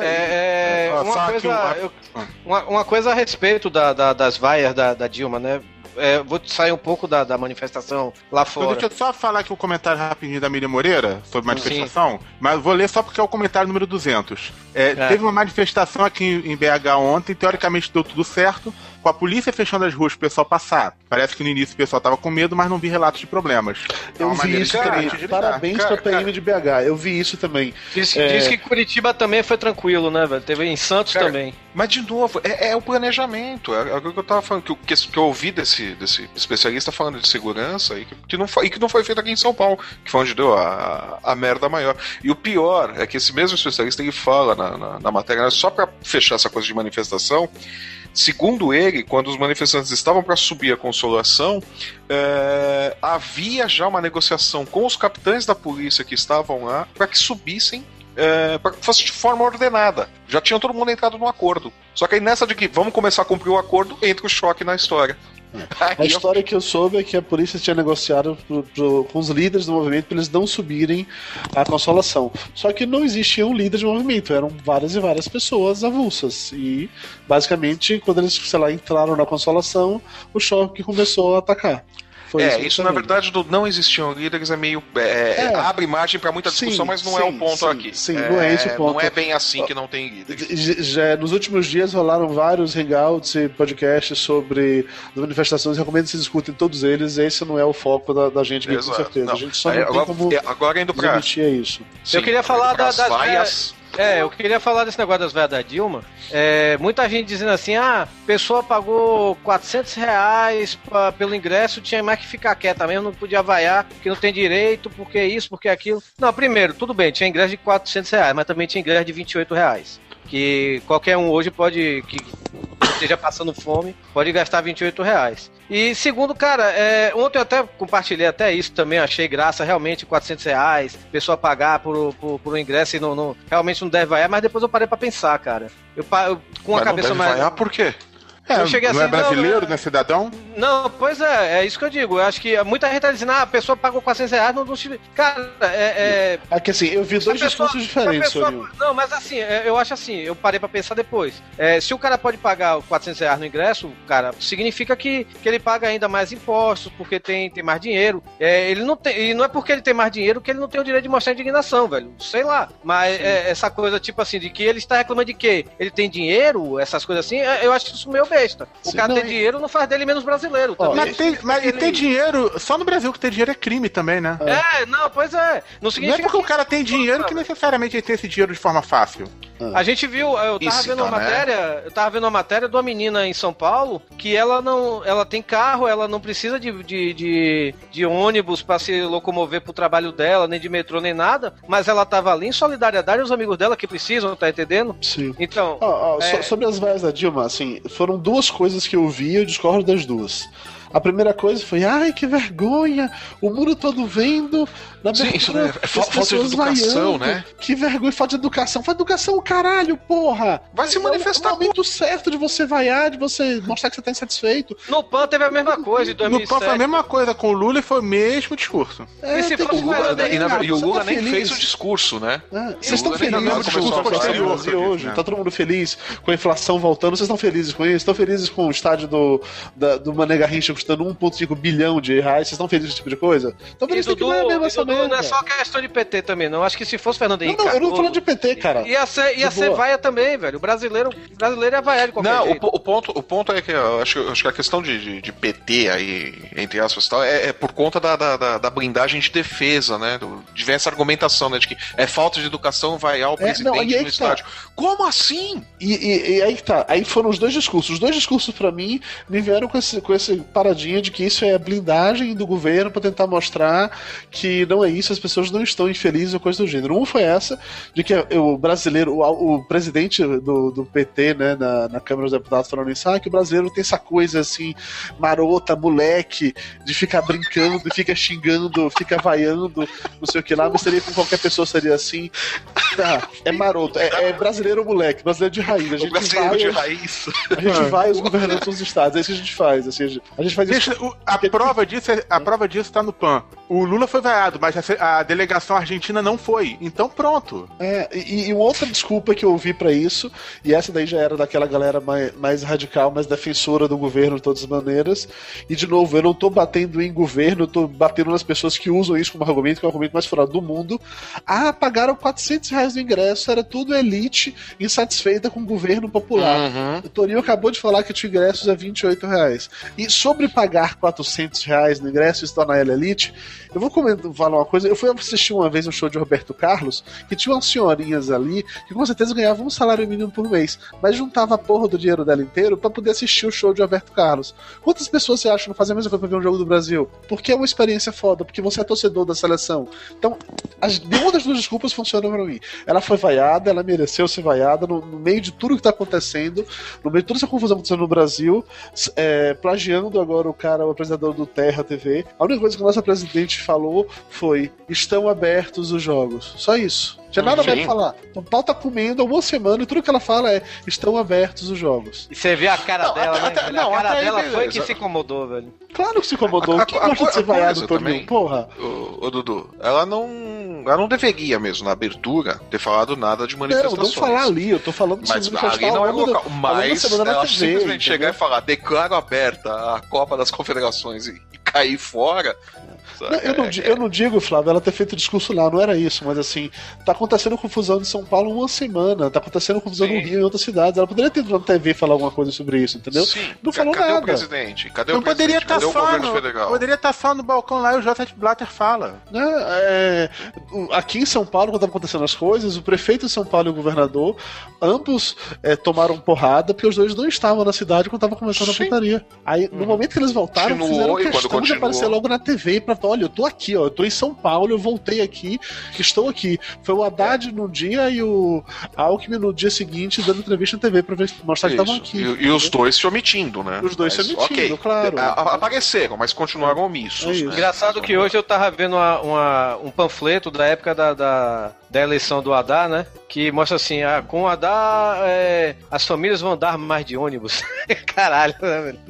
É, é, uma, coisa, eu, uma, uma coisa a respeito da, da, das vaias da, da Dilma, né? É, vou sair um pouco da, da manifestação lá fora. Deixa eu só falar aqui o um comentário rapidinho da Miriam Moreira sobre manifestação, Sim. mas vou ler só porque é o comentário número duzentos. É, é. Teve uma manifestação aqui em B H ontem, teoricamente deu tudo certo, com a polícia fechando as ruas pro pessoal passar. Parece que no início o pessoal tava com medo, mas não vi relatos de problemas. Eu é vi isso também. Parabéns cara, pra P M cara. de B H. Eu vi isso também. Diz, é... diz que Curitiba também foi tranquilo, né, velho? Teve em Santos cara, também. Mas, de novo, é, é o planejamento. É, é o que eu tava falando, que, que, que eu ouvi desse, desse especialista falando de segurança e que, que não foi, e que não foi feito aqui em São Paulo, que foi onde deu a, a, a merda maior. E o pior é que esse mesmo especialista, ele fala na, na, na matéria, né, só pra fechar essa coisa de manifestação. Segundo ele, quando os manifestantes estavam para subir a Consolação, é, havia já uma negociação com os capitães da polícia que estavam lá para que subissem, é, para que fosse de forma ordenada. Já tinha todo mundo entrado no acordo. Só que aí nessa de que vamos começar a cumprir o acordo, entra o choque na história. A história que eu soube é que a polícia tinha negociado pro, pro, com os líderes do movimento para eles não subirem a Consolação. Só que não existia um líder de movimento, eram várias e várias pessoas avulsas. E, basicamente, quando eles, sei lá, entraram na Consolação, o choque começou a atacar. Foi é, isso, isso na verdade, do não existiam líderes é meio. É, é, abre margem para muita discussão, sim, mas não sim, é o ponto sim, aqui. Sim, é, não é esse o ponto. Não é bem assim que não tem líderes. Já, nos últimos dias rolaram vários hangouts e podcasts sobre as manifestações. Recomendo que vocês escutem todos eles. Esse não é o foco da, da gente aqui, com certeza. Não. A gente só não agora, tem como agora indo pra... isso. Sim, eu queria falar da, das vaias. É, eu queria falar desse negócio das veias da Dilma. É, muita gente dizendo assim, ah, a pessoa pagou quatrocentos reais pra, pelo ingresso, tinha mais que ficar quieta mesmo, não podia vaiar, porque não tem direito, porque isso, porque aquilo. Não, primeiro, tudo bem, tinha ingresso de quatrocentos reais, mas também tinha ingresso de vinte e oito reais. Que qualquer um hoje pode, que esteja passando fome, pode gastar vinte e oito reais. E segundo, cara, é, ontem eu até compartilhei até isso também, achei graça, realmente, quatrocentos reais, pessoa pagar por, por, por um ingresso e não, não, realmente não deve vaiar, mas depois eu parei pra pensar, cara. Eu, eu com a mas cabeça não deve mais... vaiar por quê? É, eu cheguei não assim, é brasileiro, não, não é cidadão? Não, pois é, é isso que eu digo. Eu acho que muita gente tá dizendo, ah, a pessoa pagou quatrocentos reais, não... não cara, é... é... Aqui assim, eu vi dois pessoa, discursos diferentes, pessoa, Sorinho. Não, mas assim, eu acho assim, eu parei pra pensar depois. É, se o cara pode pagar quatrocentos reais no ingresso, cara, significa que, que ele paga ainda mais impostos, porque tem, tem mais dinheiro. É, ele não tem, e não é porque ele tem mais dinheiro que ele não tem o direito de mostrar indignação, velho. Sei lá. Mas é, essa coisa, tipo assim, de que ele está reclamando de quê? Ele tem dinheiro, essas coisas assim, eu acho isso meio besta. O Sim, cara não, tem e... dinheiro não faz dele menos brasileiro. Oh, mas tem, mas ele... e ter dinheiro, só no Brasil que ter dinheiro é crime também, né? É, não, pois é. Não, não é porque o cara tem dinheiro que necessariamente ele tem esse dinheiro de forma fácil. A gente viu, eu tava Isso, vendo uma tá, matéria, né? eu tava vendo uma matéria de uma menina em São Paulo que ela não, ela tem carro, ela não precisa de, de, de, de ônibus pra se locomover pro trabalho dela, nem de metrô, nem nada, mas ela tava ali em solidariedade aos amigos dela que precisam, tá entendendo? Sim. Então... Oh, oh, é... so, sobre as vaias da Dilma, assim, foram duas coisas que eu vi e eu discordo das duas. A primeira coisa foi, ai, que vergonha, o mundo todo vendo, na Sim, isso é falta de educação, vaiando. né? Que vergonha, falta de educação. Falta de educação, o caralho, porra! Vai se manifestar. É o momento certo de você vaiar, de você mostrar que você tá insatisfeito. No P A N teve a mesma coisa, em dois mil e sete. No P A N foi a mesma coisa com o Lula e foi o mesmo discurso. É, e se tem fosse que- O Lula, Daí, e, na, cara, e o você Lula tá nem feliz? fez o discurso, né? É, E vocês o estão Lula nem felizes começou com a o falar posterior disso, de hoje? né? Tá todo mundo feliz com a inflação voltando? Vocês estão felizes com isso? Estão felizes com o estádio do, da, do Mané Garrincha custando um vírgula cinco bilhão de reais? Vocês estão felizes com esse tipo de coisa? Estão E felizes que Dudu, não é mesmo e essa Dudu, merda. não é só questão de P T também, não. Acho que se fosse Fernando Não, Henrique não, eu não tô Cardoso, falando de P T, cara. Ia ser, ia De ser boa. vaia também, velho. O brasileiro, o brasileiro é vaiar de qualquer Não, o, jeito. po- o ponto, o ponto é que eu acho, eu acho que a questão de, de, de P T aí, entre aspas e tal, é, é por conta da, da, da- da blindagem de defesa, né? Do, de ver essa argumentação, né? De que é falta de educação vaiar o É, presidente não, e aí no que tá. estádio. Como assim? E, e- e aí que tá, aí foram os dois discursos. Os dois discursos, pra mim, me vieram com esse, com esse paradinha de que isso é blindagem do governo pra tentar mostrar que não é isso, as pessoas não estão infelizes ou coisa do gênero. Um foi essa, de que o brasileiro, o, o presidente do, do P T, né, na, na Câmara dos Deputados, falando isso, ah, que o brasileiro tem essa coisa assim, marota, moleque, de ficar brincando, fica xingando, fica vaiando, não sei o que lá, mas seria com qualquer pessoa seria assim. Tá, é maroto, é, é brasileiro moleque, brasileiro de raiz. A O gente brasileiro vai, de raiz. a gente vai aos governantes dos estados, é isso que a gente faz. Assim, a gente- a gente faz isso. Deixa- o- a prova disso é- a prova disso tá no P A N. O Lula foi vaiado, mas a, se- a delegação argentina não foi. Então pronto. É, e, e uma outra desculpa que eu ouvi pra isso, e essa daí já era daquela galera mais, mais radical, mais defensora do governo de todas as maneiras, e de novo, eu não tô batendo em governo, eu tô batendo nas pessoas que usam isso como argumento, que é o argumento mais furado do mundo. Ah, pagaram quatrocentos reais no ingresso, era tudo elite insatisfeita com o governo popular. Uhum. O Torinho acabou de falar que tinha ingressos a vinte e oito reais. E sobre pagar quatrocentos reais no ingresso e se tornar ele elite, eu vou comentar, falar uma coisa. Eu fui assistir uma vez um show de Roberto Carlos, que tinha umas senhorinhas ali que com certeza ganhavam um salário mínimo por mês, mas juntava a porra do dinheiro dela inteiro pra poder assistir o show de Roberto Carlos. Quantas pessoas você acha que não fazem a mesma coisa pra ver um jogo do Brasil? Porque é uma experiência foda, porque você é torcedor da seleção. Então, as, nenhuma das duas desculpas funciona pra mim. Ela foi vaiada, ela mereceu ser vaiada no, no meio de tudo que tá acontecendo, no meio de toda essa confusão acontecendo no Brasil, é, plagiando agora o cara, o apresentador do Terra T V. A única coisa que o nosso presidente falou foi: estão abertos os jogos. Só isso. Não tinha nada mais Sim. pra falar. O pau tá comendo há uma semana e tudo que ela fala é: estão abertos os jogos. E você vê a cara Não, dela, até- né? velho? não, a cara até aí dela beleza. foi que se incomodou, velho. Claro que se incomodou. A- Quem a- gosta de ser a vaiado coisa por também- mim? Porra. Ô, ô, Dudu, ela não, ela não deveria mesmo, na abertura, ter falado nada de Não, manifestações. não falar ali, eu tô falando de Mas se ali manifestar não é ao o longo local. da- ao longo da Mas semana na ela T V, simplesmente chegar entendeu? e falar, declaro aberta a Copa das Confederações e, e cair fora. sabe? Não, eu, não, É- di- eu não digo, Flávio, ela ter feito discurso lá, não era isso, mas assim, tá acontecendo confusão em São Paulo uma semana, tá acontecendo confusão Sim. no Rio e em outras cidades. Ela poderia ter ido na T V falar alguma coisa sobre isso, entendeu? Sim. Não falou Cadê nada. o presidente? Cadê Não o presidente? poderia estar Cadê o só governo no, federal? poderia estar só no balcão lá e o Joseph Blatter fala. Né, é, o- aqui em São Paulo, quando estavam acontecendo as coisas, o prefeito de São Paulo e o governador, ambos é, tomaram porrada, porque os dois não estavam na cidade quando estava começando Sim. a putaria. Aí, no momento que eles voltaram, Continuou, fizeram e quando questão de continuou- aparecer logo na T V pra fato, olha, eu tô aqui, ó, eu tô em São Paulo, eu voltei aqui, estou aqui. Foi o Haddad no dia e o Alckmin no dia seguinte dando entrevista na T V pra ver, mostrar que estavam aqui. E, e os dois se omitindo, né? Os dois mas, se omitindo, okay. claro. A, a, apareceram, mas continuaram omissos. É né? Engraçado que hoje eu tava vendo uma, uma, um panfleto da época da, da, da eleição do Haddad, né? Que mostra assim, ah, com o Haddad é, as famílias vão andar mais de ônibus. Caralho, né, velho?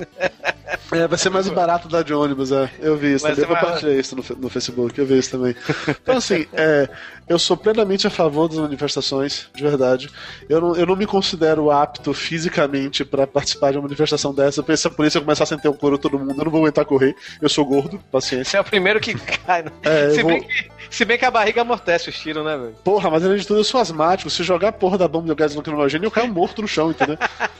É, vai ser mais barato dar de ônibus, é. Eu vi isso, Vai também ser mais- compartilhei isso no, fe- no Facebook, eu vi isso também. Então, assim, é, eu sou plenamente a favor das manifestações, de verdade. Eu não, eu não me considero apto fisicamente pra participar de uma manifestação dessa. Eu penso, se a polícia começar a sentir o couro todo mundo, eu não vou aguentar correr. Eu sou gordo, paciência. Você é o primeiro que cai. Né? É, eu se, bem vou- que, se bem que a barriga amortece os tiros, né, velho? Porra, mas além de tudo, eu sou asmático. Se jogar a porra da bomba de gás lacrimogêneo, eu caio morto no chão, entendeu?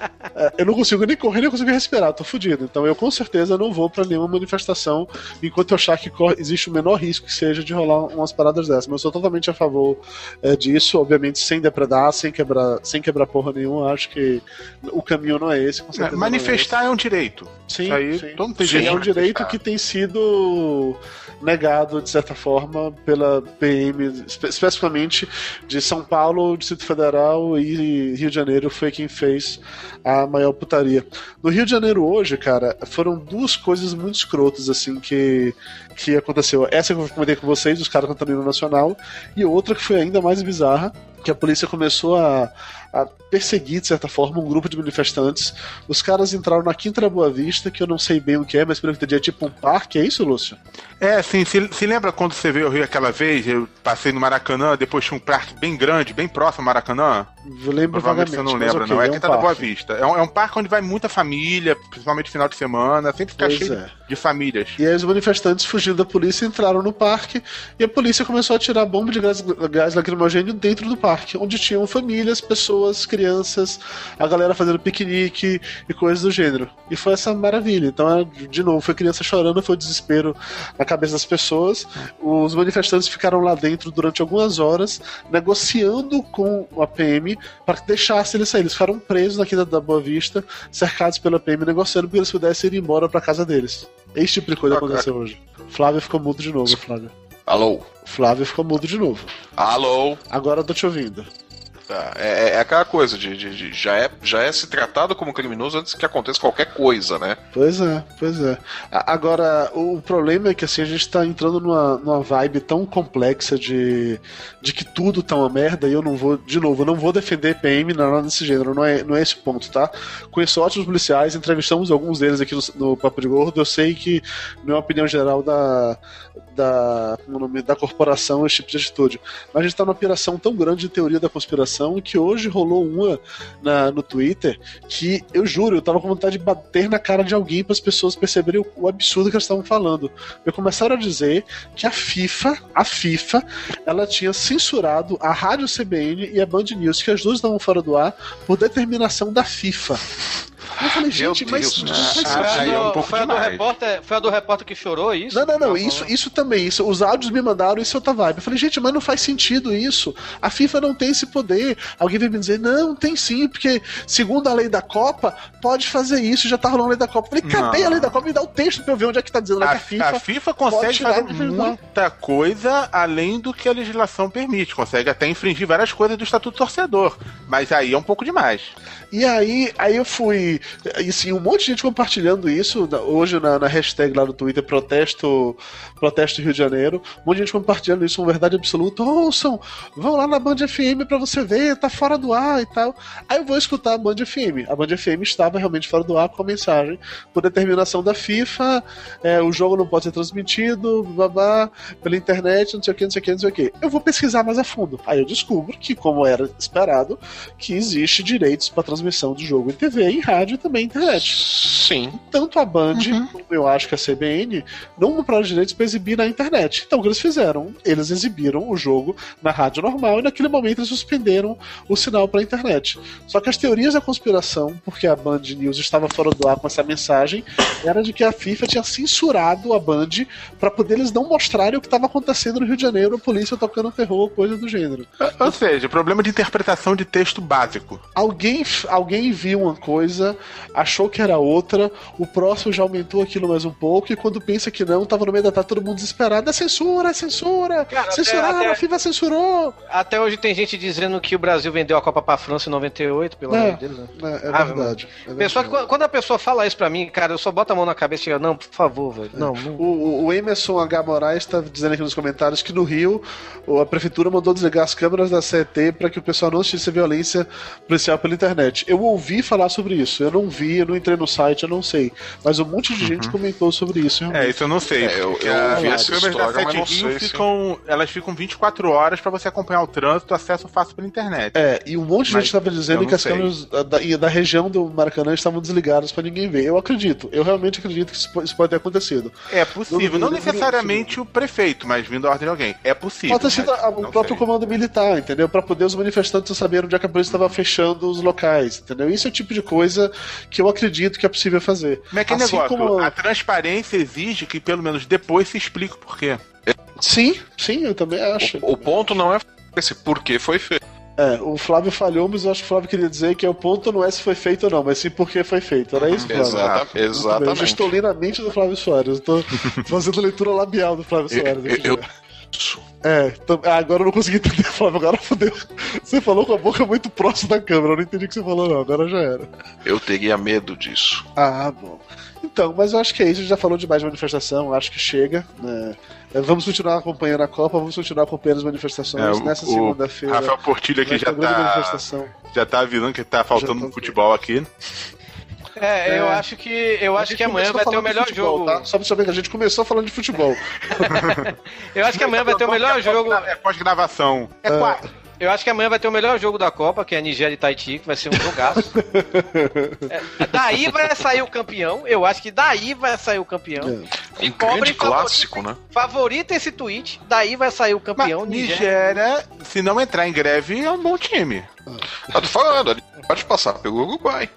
É, eu não consigo nem correr, nem consigo respirar, tô fudido. Então eu com certeza não vou pra nenhuma manifestação enquanto eu achar que corre- existe o menor risco que seja de rolar umas paradas dessas. Mas eu sou totalmente a favor é, disso, obviamente sem depredar, sem quebrar, sem quebrar porra nenhuma. Acho que o caminho não é esse, com certeza. não é Manifestar é um direito. esse. Sim, Isso aí, sim. todo mundo tem Sim, direito é um de direito manifestar. que tem sido negado, de certa forma, pela P M, espe- especificamente de São Paulo, Distrito Federal e Rio de Janeiro, foi quem fez a maior putaria. No Rio de Janeiro hoje, cara, foram duas coisas muito escrotas, assim, que, que aconteceu. Essa que eu comentei com vocês, os caras cantando hino nacional, e outra que foi ainda mais bizarra, que a polícia começou a, a perseguir, de certa forma, um grupo de manifestantes. Os caras entraram na Quinta da Boa Vista, que eu não sei bem o que é, mas pelo que entendi é tipo um parque, é isso, Lúcio? É, assim, se, se lembra quando você veio ao Rio aquela vez, eu passei no Maracanã, depois tinha um parque bem grande, bem próximo ao Maracanã? Eu lembro Provavelmente vagamente. você não mas lembra, ok, não. É um Quinta da Boa parque. Vista. É um, é um parque onde vai muita família, principalmente final de semana, sempre fica Pois cheio é. de famílias. E aí os manifestantes fugindo da polícia entraram no parque e a polícia começou a atirar bomba de gás, gás lacrimogêneo dentro do parque, onde tinham famílias, pessoas, crianças, a galera fazendo piquenique e coisas do gênero. E foi essa maravilha. Então, de novo, foi criança chorando, foi desespero na cabeça das pessoas. Os manifestantes ficaram lá dentro durante algumas horas, negociando com a P M para que deixasse eles sair. Eles ficaram presos na Quinta da Boa Vista, cercados pela P M, negociando para que eles pudessem ir embora para casa deles. Esse tipo de coisa aconteceu hoje. Flávio ficou mudo de novo, Flávio. Alô? Flávio ficou mudo de novo. Alô? Agora eu tô te ouvindo. Tá, É, é aquela coisa de, de- de- já, é, já é se tratado como criminoso antes que aconteça qualquer coisa, né? Pois é, pois é. A- Agora, o problema é que assim, a gente tá entrando numa, numa vibe tão complexa de, de que tudo tá uma merda e eu não vou, de novo, eu não vou defender P M, nada desse gênero, não é, não é esse o ponto, tá? Conheço ótimos policiais, entrevistamos alguns deles aqui no, no Papo de Gordo, eu sei que não é uma opinião geral da, da, como é o nome, da corporação esse tipo de atitude. Mas a gente tá numa piração tão grande de teoria da conspiração que hoje rolou uma na, no Twitter que, eu juro, eu tava com vontade de bater na cara de alguém para as pessoas perceberem o, o absurdo que elas estavam falando. Eu começaram a dizer que a FIFA, a FIFA, ela tinha censurado a Rádio C B N e a Band News, que as duas estavam fora do ar por determinação da FIFA. Eu falei, Meu gente, mas Deus, não né? faz Ah, sentido. aí é um pouco foi, a do demais. repórter, foi a do repórter que chorou isso? Não, não, não, Tá isso, falando? isso também, isso, os áudios me mandaram, isso é outra vibe. Eu falei, gente, mas não faz sentido isso. A FIFA não tem esse poder. Alguém vem me dizer, não, tem sim, porque segundo a lei da Copa, pode fazer isso, já tá rolando a lei da Copa. Eu falei, cadê Não. a lei da Copa? Me dá o texto pra eu ver onde é que tá dizendo lá que A, a FIFA. a FIFA pode consegue tirar fazer e legislar. muita coisa além do que a legislação permite. Consegue até infringir várias coisas do Estatuto do Torcedor. Mas aí é um pouco demais. E aí, aí eu fui. E assim, um monte de gente compartilhando isso. na- Hoje na, na hashtag lá no Twitter, protesto, protesto Rio de Janeiro. Um monte de gente compartilhando isso, uma verdade absoluta. Ouçam, vão lá na Band F M pra você ver, tá fora do ar e tal. Aí eu vou escutar a Band F M. A Band F M estava realmente fora do ar com a mensagem. Por determinação da FIFA, é, o jogo não pode ser transmitido, babá, pela internet, não sei o que, não sei o que, não sei o que. Eu vou pesquisar mais a fundo. Aí eu descubro que, como era esperado, que existe direitos para transmissão de jogo em T V, em rádio e também internet. Sim. Tanto a Band, como eu acho que a C B N, não compraram direitos para exibir na internet. Então o que eles fizeram? Eles exibiram o jogo na rádio normal e naquele momento eles suspenderam o sinal para a internet. Só que as teorias da conspiração, porque a Band News estava fora do ar com essa mensagem, era de que a FIFA tinha censurado a Band para poder eles não mostrarem o que estava acontecendo no Rio de Janeiro, a polícia tocando terror, coisa do gênero. Ou seja, problema de interpretação de texto básico. Alguém, alguém viu uma coisa, achou que era outra, o próximo já aumentou aquilo mais um pouco, e quando pensa que não, tava no meio da tarde todo mundo desesperado. É censura, é censura! Cara, Censuraram, até- a FIFA censurou! Até hoje tem gente dizendo que o Brasil vendeu a Copa pra França em noventa e oito, pelo É, amor de Deus. Né? é, é Ah, verdade. É Pessoal, que verdade. quando a pessoa fala isso pra mim, cara, eu só boto a mão na cabeça e digo, não, por favor, velho. Não, não. O, o- o Emerson H. Moraes tá dizendo aqui nos comentários que no Rio a prefeitura mandou desligar as câmeras da C E T para que o pessoal não assistisse a violência policial pela internet. Eu ouvi falar sobre isso, eu não vi, eu não entrei no site, eu não sei. Mas um monte de gente comentou sobre isso. Realmente. É, isso eu não sei. É, eu- porque eu a- ouvi as essa câmeras da história, mas Sete não Rio sei se- ficam, elas ficam vinte e quatro horas pra você acompanhar o trânsito, acesso fácil pela internet. É, e um monte de Mas gente estava eu dizendo não que as sei. câmeras da, da, da região do Maracanã estavam desligadas para ninguém ver. Eu acredito, eu realmente acredito que isso, po- isso pode ter acontecido. É possível, Não, não não, necessariamente o prefeito, mas vindo a ordem de alguém. É possível. Pode ter sido mas a- o não próprio sei. comando militar, entendeu? Para poder os manifestantes saberem onde é que a polícia estava fechando os locais, entendeu? Isso é o tipo de coisa que eu acredito que é possível fazer. Como é que é Assim negócio? como- A transparência exige que pelo menos depois se explique o porquê. Sim, sim, eu também acho. O, o ponto não é esse porquê foi feito. É, o Flávio falhou, mas eu acho que o Flávio queria dizer que o ponto não é se foi feito ou não, mas sim por que foi feito. Era isso, Flávio? Exata- Muito bem, Eu já exatamente. estou lendo a mente do Flávio Soares. Eu estou fazendo leitura labial do Flávio Eu- Soares. aqui eu- já. Isso. É, tam- ah, agora eu não consegui entender, Flávio. Agora fodeu. Você falou com a boca muito próxima da câmera. Eu não entendi o que você falou, não. Agora já era. Eu teria medo disso. Ah, bom. Então, mas eu acho que é isso. A gente já falou demais de manifestação. Acho que chega. Né? É, vamos continuar acompanhando a Copa. Vamos continuar acompanhando as manifestações. É, o- Nessa o segunda-feira. Rafael Portilho aqui vai já ter uma grande tá, manifestação. já tá avisando que tá faltando Já tá- futebol aqui. É, eu É. acho que eu A acho gente que amanhã começou vai ter o falando de melhor futebol, jogo. Tá? Só pra saber que a gente começou falando de futebol. Eu acho que amanhã vai ter o melhor jogo. É pós-gravação. É quatro. Eu acho que amanhã vai ter o melhor jogo da Copa, que é a Nigéria e Tahiti, que vai ser um jogaço. É, daí vai sair o campeão. Eu acho que daí vai sair o campeão. É. Um Cobrem grande clássico, né? Favorita esse tweet, daí vai sair o campeão. Mas Nigéria. Nigéria, se não entrar em greve, é um bom time. Ah, tô falando, ali pode passar pelo Uruguai.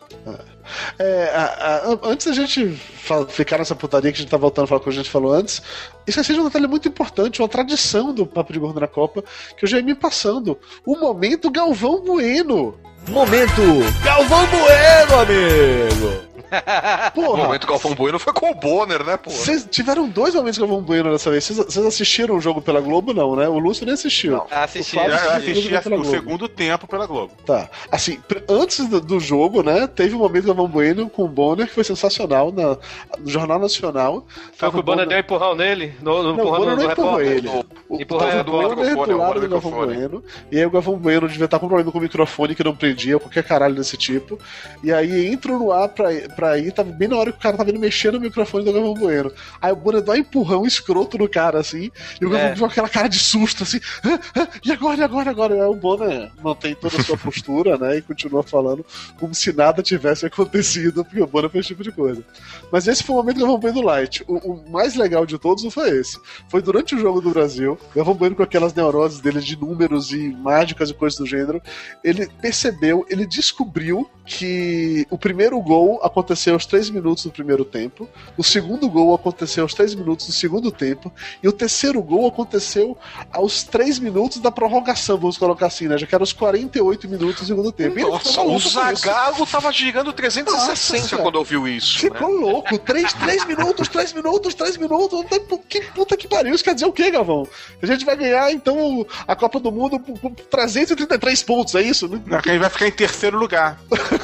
É, a- a- antes da gente fa- ficar nessa putaria que a gente tá voltando a falar com a gente falou antes, isso aí seja um detalhe muito importante, uma tradição do Papo de Gordo na Copa, que eu já ia me passando. O momento Galvão Bueno. Momento Galvão Bueno, amigo. O Porra, momento Galvão Bueno foi com o Bonner, né, pô? vocês tiveram dois momentos Galvão Bueno dessa vez. Vocês vocês assistiram o jogo pela Globo, não, né? O Lúcio nem assistiu. Não. Assisti. O Flávio Já assistiu assisti pela o Globo. segundo tempo pela Globo. Tá. Assim, pr- antes do, do jogo, né, teve um momento Galvão Bueno com o Bonner que foi sensacional na, no Jornal Nacional. Foi que o Bonner deu um empurrão nele? No, no Não, o empurrão Bonner do não empurrou repórter. ele. O, Empurrou tava ele o do lado do Bonner microfone, do lado o do Galvão microfone. Bueno. E aí o Galvão Bueno devia estar com problema com o microfone que não prendia, qualquer caralho desse tipo. E aí entrou no ar pra, pra ir, tava bem na hora que o cara tava indo mexer no microfone do Galvão Bueno. Aí o Bonner dá um empurrão escroto no cara, assim, e o Galvão É. joga aquela cara de susto, assim, ah, ah, e agora, e agora, e agora? E aí o Bonner mantém toda a sua postura, né, e continua falando como se nada tivesse acontecido, porque o Bonner fez esse tipo de coisa. Mas esse foi o momento do Galvão Bueno Light. O, o mais legal de todos não foi esse. Foi durante o jogo do Brasil, o Galvão Bueno com aquelas neuroses dele de números e mágicas e coisas do gênero, ele percebeu, ele descobriu que o primeiro gol aconteceu aos três minutos do primeiro tempo, o segundo gol aconteceu aos três minutos do segundo tempo, e o terceiro gol aconteceu aos três minutos da prorrogação, vamos colocar assim, né? Já que eram os quarenta e oito minutos do segundo tempo. E ele Nossa, ficou o maluco com isso. Zagallo tava girando trezentos e sessenta Nossa, quando ouviu isso. Ficou né? louco. Três, três minutos, três minutos, três minutos. Que puta que pariu. Isso quer dizer o quê, Galvão? A gente vai ganhar, então, a Copa do Mundo por por trezentos e trinta e três pontos, é isso? Não, que a gente vai ficar em terceiro lugar.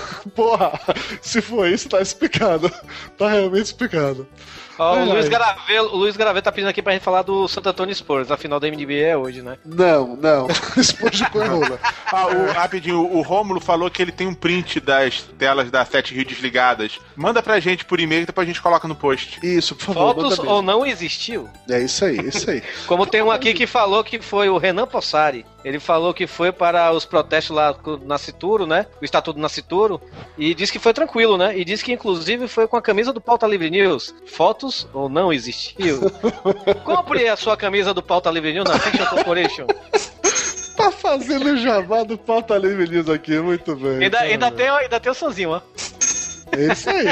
Porra, se for isso, tá explicado. Tá realmente explicado. Ó, Ai, o, Luiz ai. Garavelo, o Luiz Garavelo tá pedindo aqui pra gente falar do Santo Antônio Spurs. A final da N B A é hoje, né? Não, não. Expôs de coerrola. Ah, o, rapidinho, o Rômulo falou que ele tem um print das telas da Sete Rio desligadas. Manda pra gente por e-mail, depois a gente coloca no post. Isso, por favor. Fotos manda mesmo. ou não existiu? É isso aí, isso aí. Como tem um aqui que falou que foi o Renan Possari. Ele falou que foi para os protestos lá no Nascituro, né? O Estatuto do Nascituro. E disse que foi tranquilo, né? E disse que inclusive foi com a camisa do Pauta Livre News. Fotos ou não existiu? Compre a sua camisa do Pauta Livre News na Fiction Corporation. Tá fazendo jabá do Pauta Livre News aqui, muito bem. Ainda, tá ainda, bem. tem, ainda tem o sonzinho, ó. É isso aí.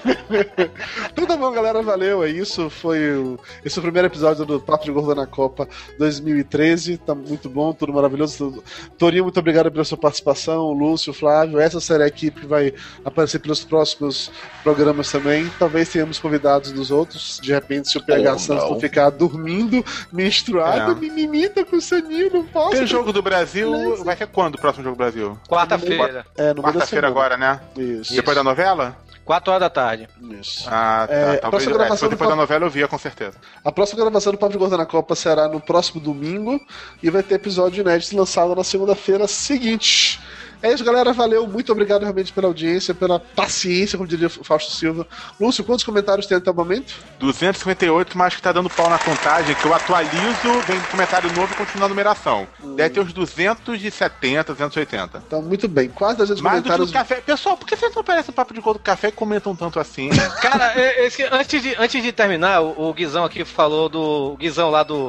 Tudo bom, galera? Valeu. É isso. Foi o... Esse é o primeiro episódio do Papo de Gordo na Copa dois mil e treze. Tá muito bom, tudo maravilhoso. Torinho, muito obrigado pela sua participação. O Lúcio, o Flávio. Essa será a equipe que vai aparecer pelos próximos programas também. Talvez tenhamos convidados dos outros. De repente, se o P H oh, Santos não ficar dormindo, menstruado, é. me imita com o soninho, não posso. Tem jogo do Brasil. Beleza. Vai ser quando o próximo jogo do Brasil? Quarta-feira. É, no Quarta-feira agora, né? Isso. Depois da novela? Quatro horas da tarde. Isso. Ah, tá. É, Talvez, é, depois, depois da novela eu via, com certeza. A próxima gravação do Papo de Gordo na Copa será no próximo domingo e vai ter episódio inédito lançado na segunda-feira seguinte. É isso, galera. Valeu. Muito obrigado realmente pela audiência, pela paciência, como diria o Fausto Silva. Lúcio, quantos comentários tem até o momento? duzentos e cinquenta e oito, mas que tá dando pau na contagem, que eu atualizo, vem comentário novo e continua a numeração. Hum. Deve ter uns duzentos e setenta, duzentos e oitenta. Então, muito bem. Quase duzentos comentários. Do café. Pessoal, por que vocês não aparecem no Papo de Gordo Café e comentam tanto assim? Cara, esse, antes, de, antes de terminar, o, o Guizão aqui falou do... O Guizão lá do...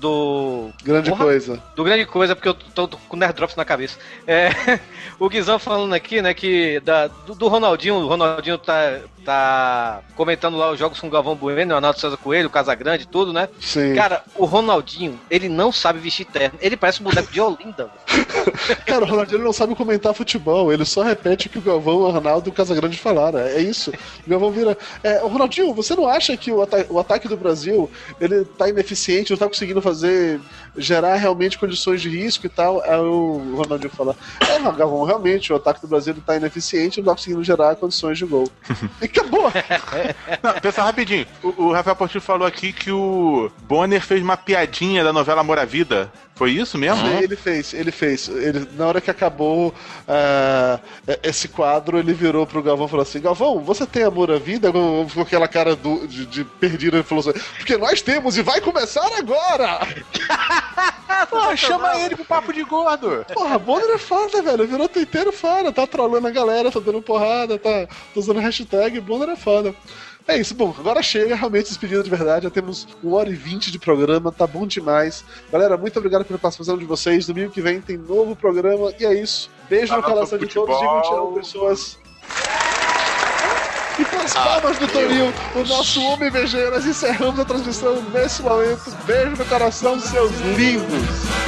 do grande porra, Coisa. Do Grande Coisa, porque eu tô, tô com Nerd Drops na cabeça. É, o Guizão falando aqui, né, que da, do, do Ronaldinho, o Ronaldinho tá, tá comentando lá os jogos com o Galvão Bueno, o Arnaldo César Coelho, o Casagrande e tudo, né? Sim. Cara, o Ronaldinho, ele não sabe vestir terno. Ele parece um boneco de Olinda. Cara, o Ronaldinho não sabe comentar futebol, ele só repete o que o Galvão, o Arnaldo e o Casagrande falaram. É isso. O Galvão vira... É, o Ronaldinho, você não acha que o, ata- o ataque do Brasil, ele tá ineficiente, não tá conseguindo fazer, gerar realmente condições de risco e tal? Aí o Ronaldinho fala, é, não, Galvão, realmente, o ataque do Brasil ele tá ineficiente, não tá conseguindo gerar condições de gol. E acabou! Não, pensa rapidinho. O, o Rafael Portillo falou aqui que o Bonner fez uma piadinha da novela Amor à Vida. Foi isso mesmo? Uhum. Ele fez, ele fez. Ele, na hora que acabou uh, esse quadro, ele virou pro Galvão e falou assim: Galvão, você tem amor à vida? Com, com aquela cara do, de, de perdido, ele falou assim: porque nós temos e vai começar agora! Porra, chama ele pro Papo de Gordo! Porra, Bonner é foda, velho. Virou tuiteiro foda, tá trolando a galera, tá dando porrada, tá, tá usando hashtag, Bonner é foda. É isso, bom, agora chega, realmente despedida de verdade, já temos uma hora e vinte de programa, tá bom demais. Galera, muito obrigado pela participação de vocês, domingo que vem tem novo programa, e é isso. Beijo no coração de todos, digam tchau, pessoas. E com as palmas do Torinho, o nosso Homem V G, nós encerramos a transmissão nesse momento. Beijo no coração, seus lindos.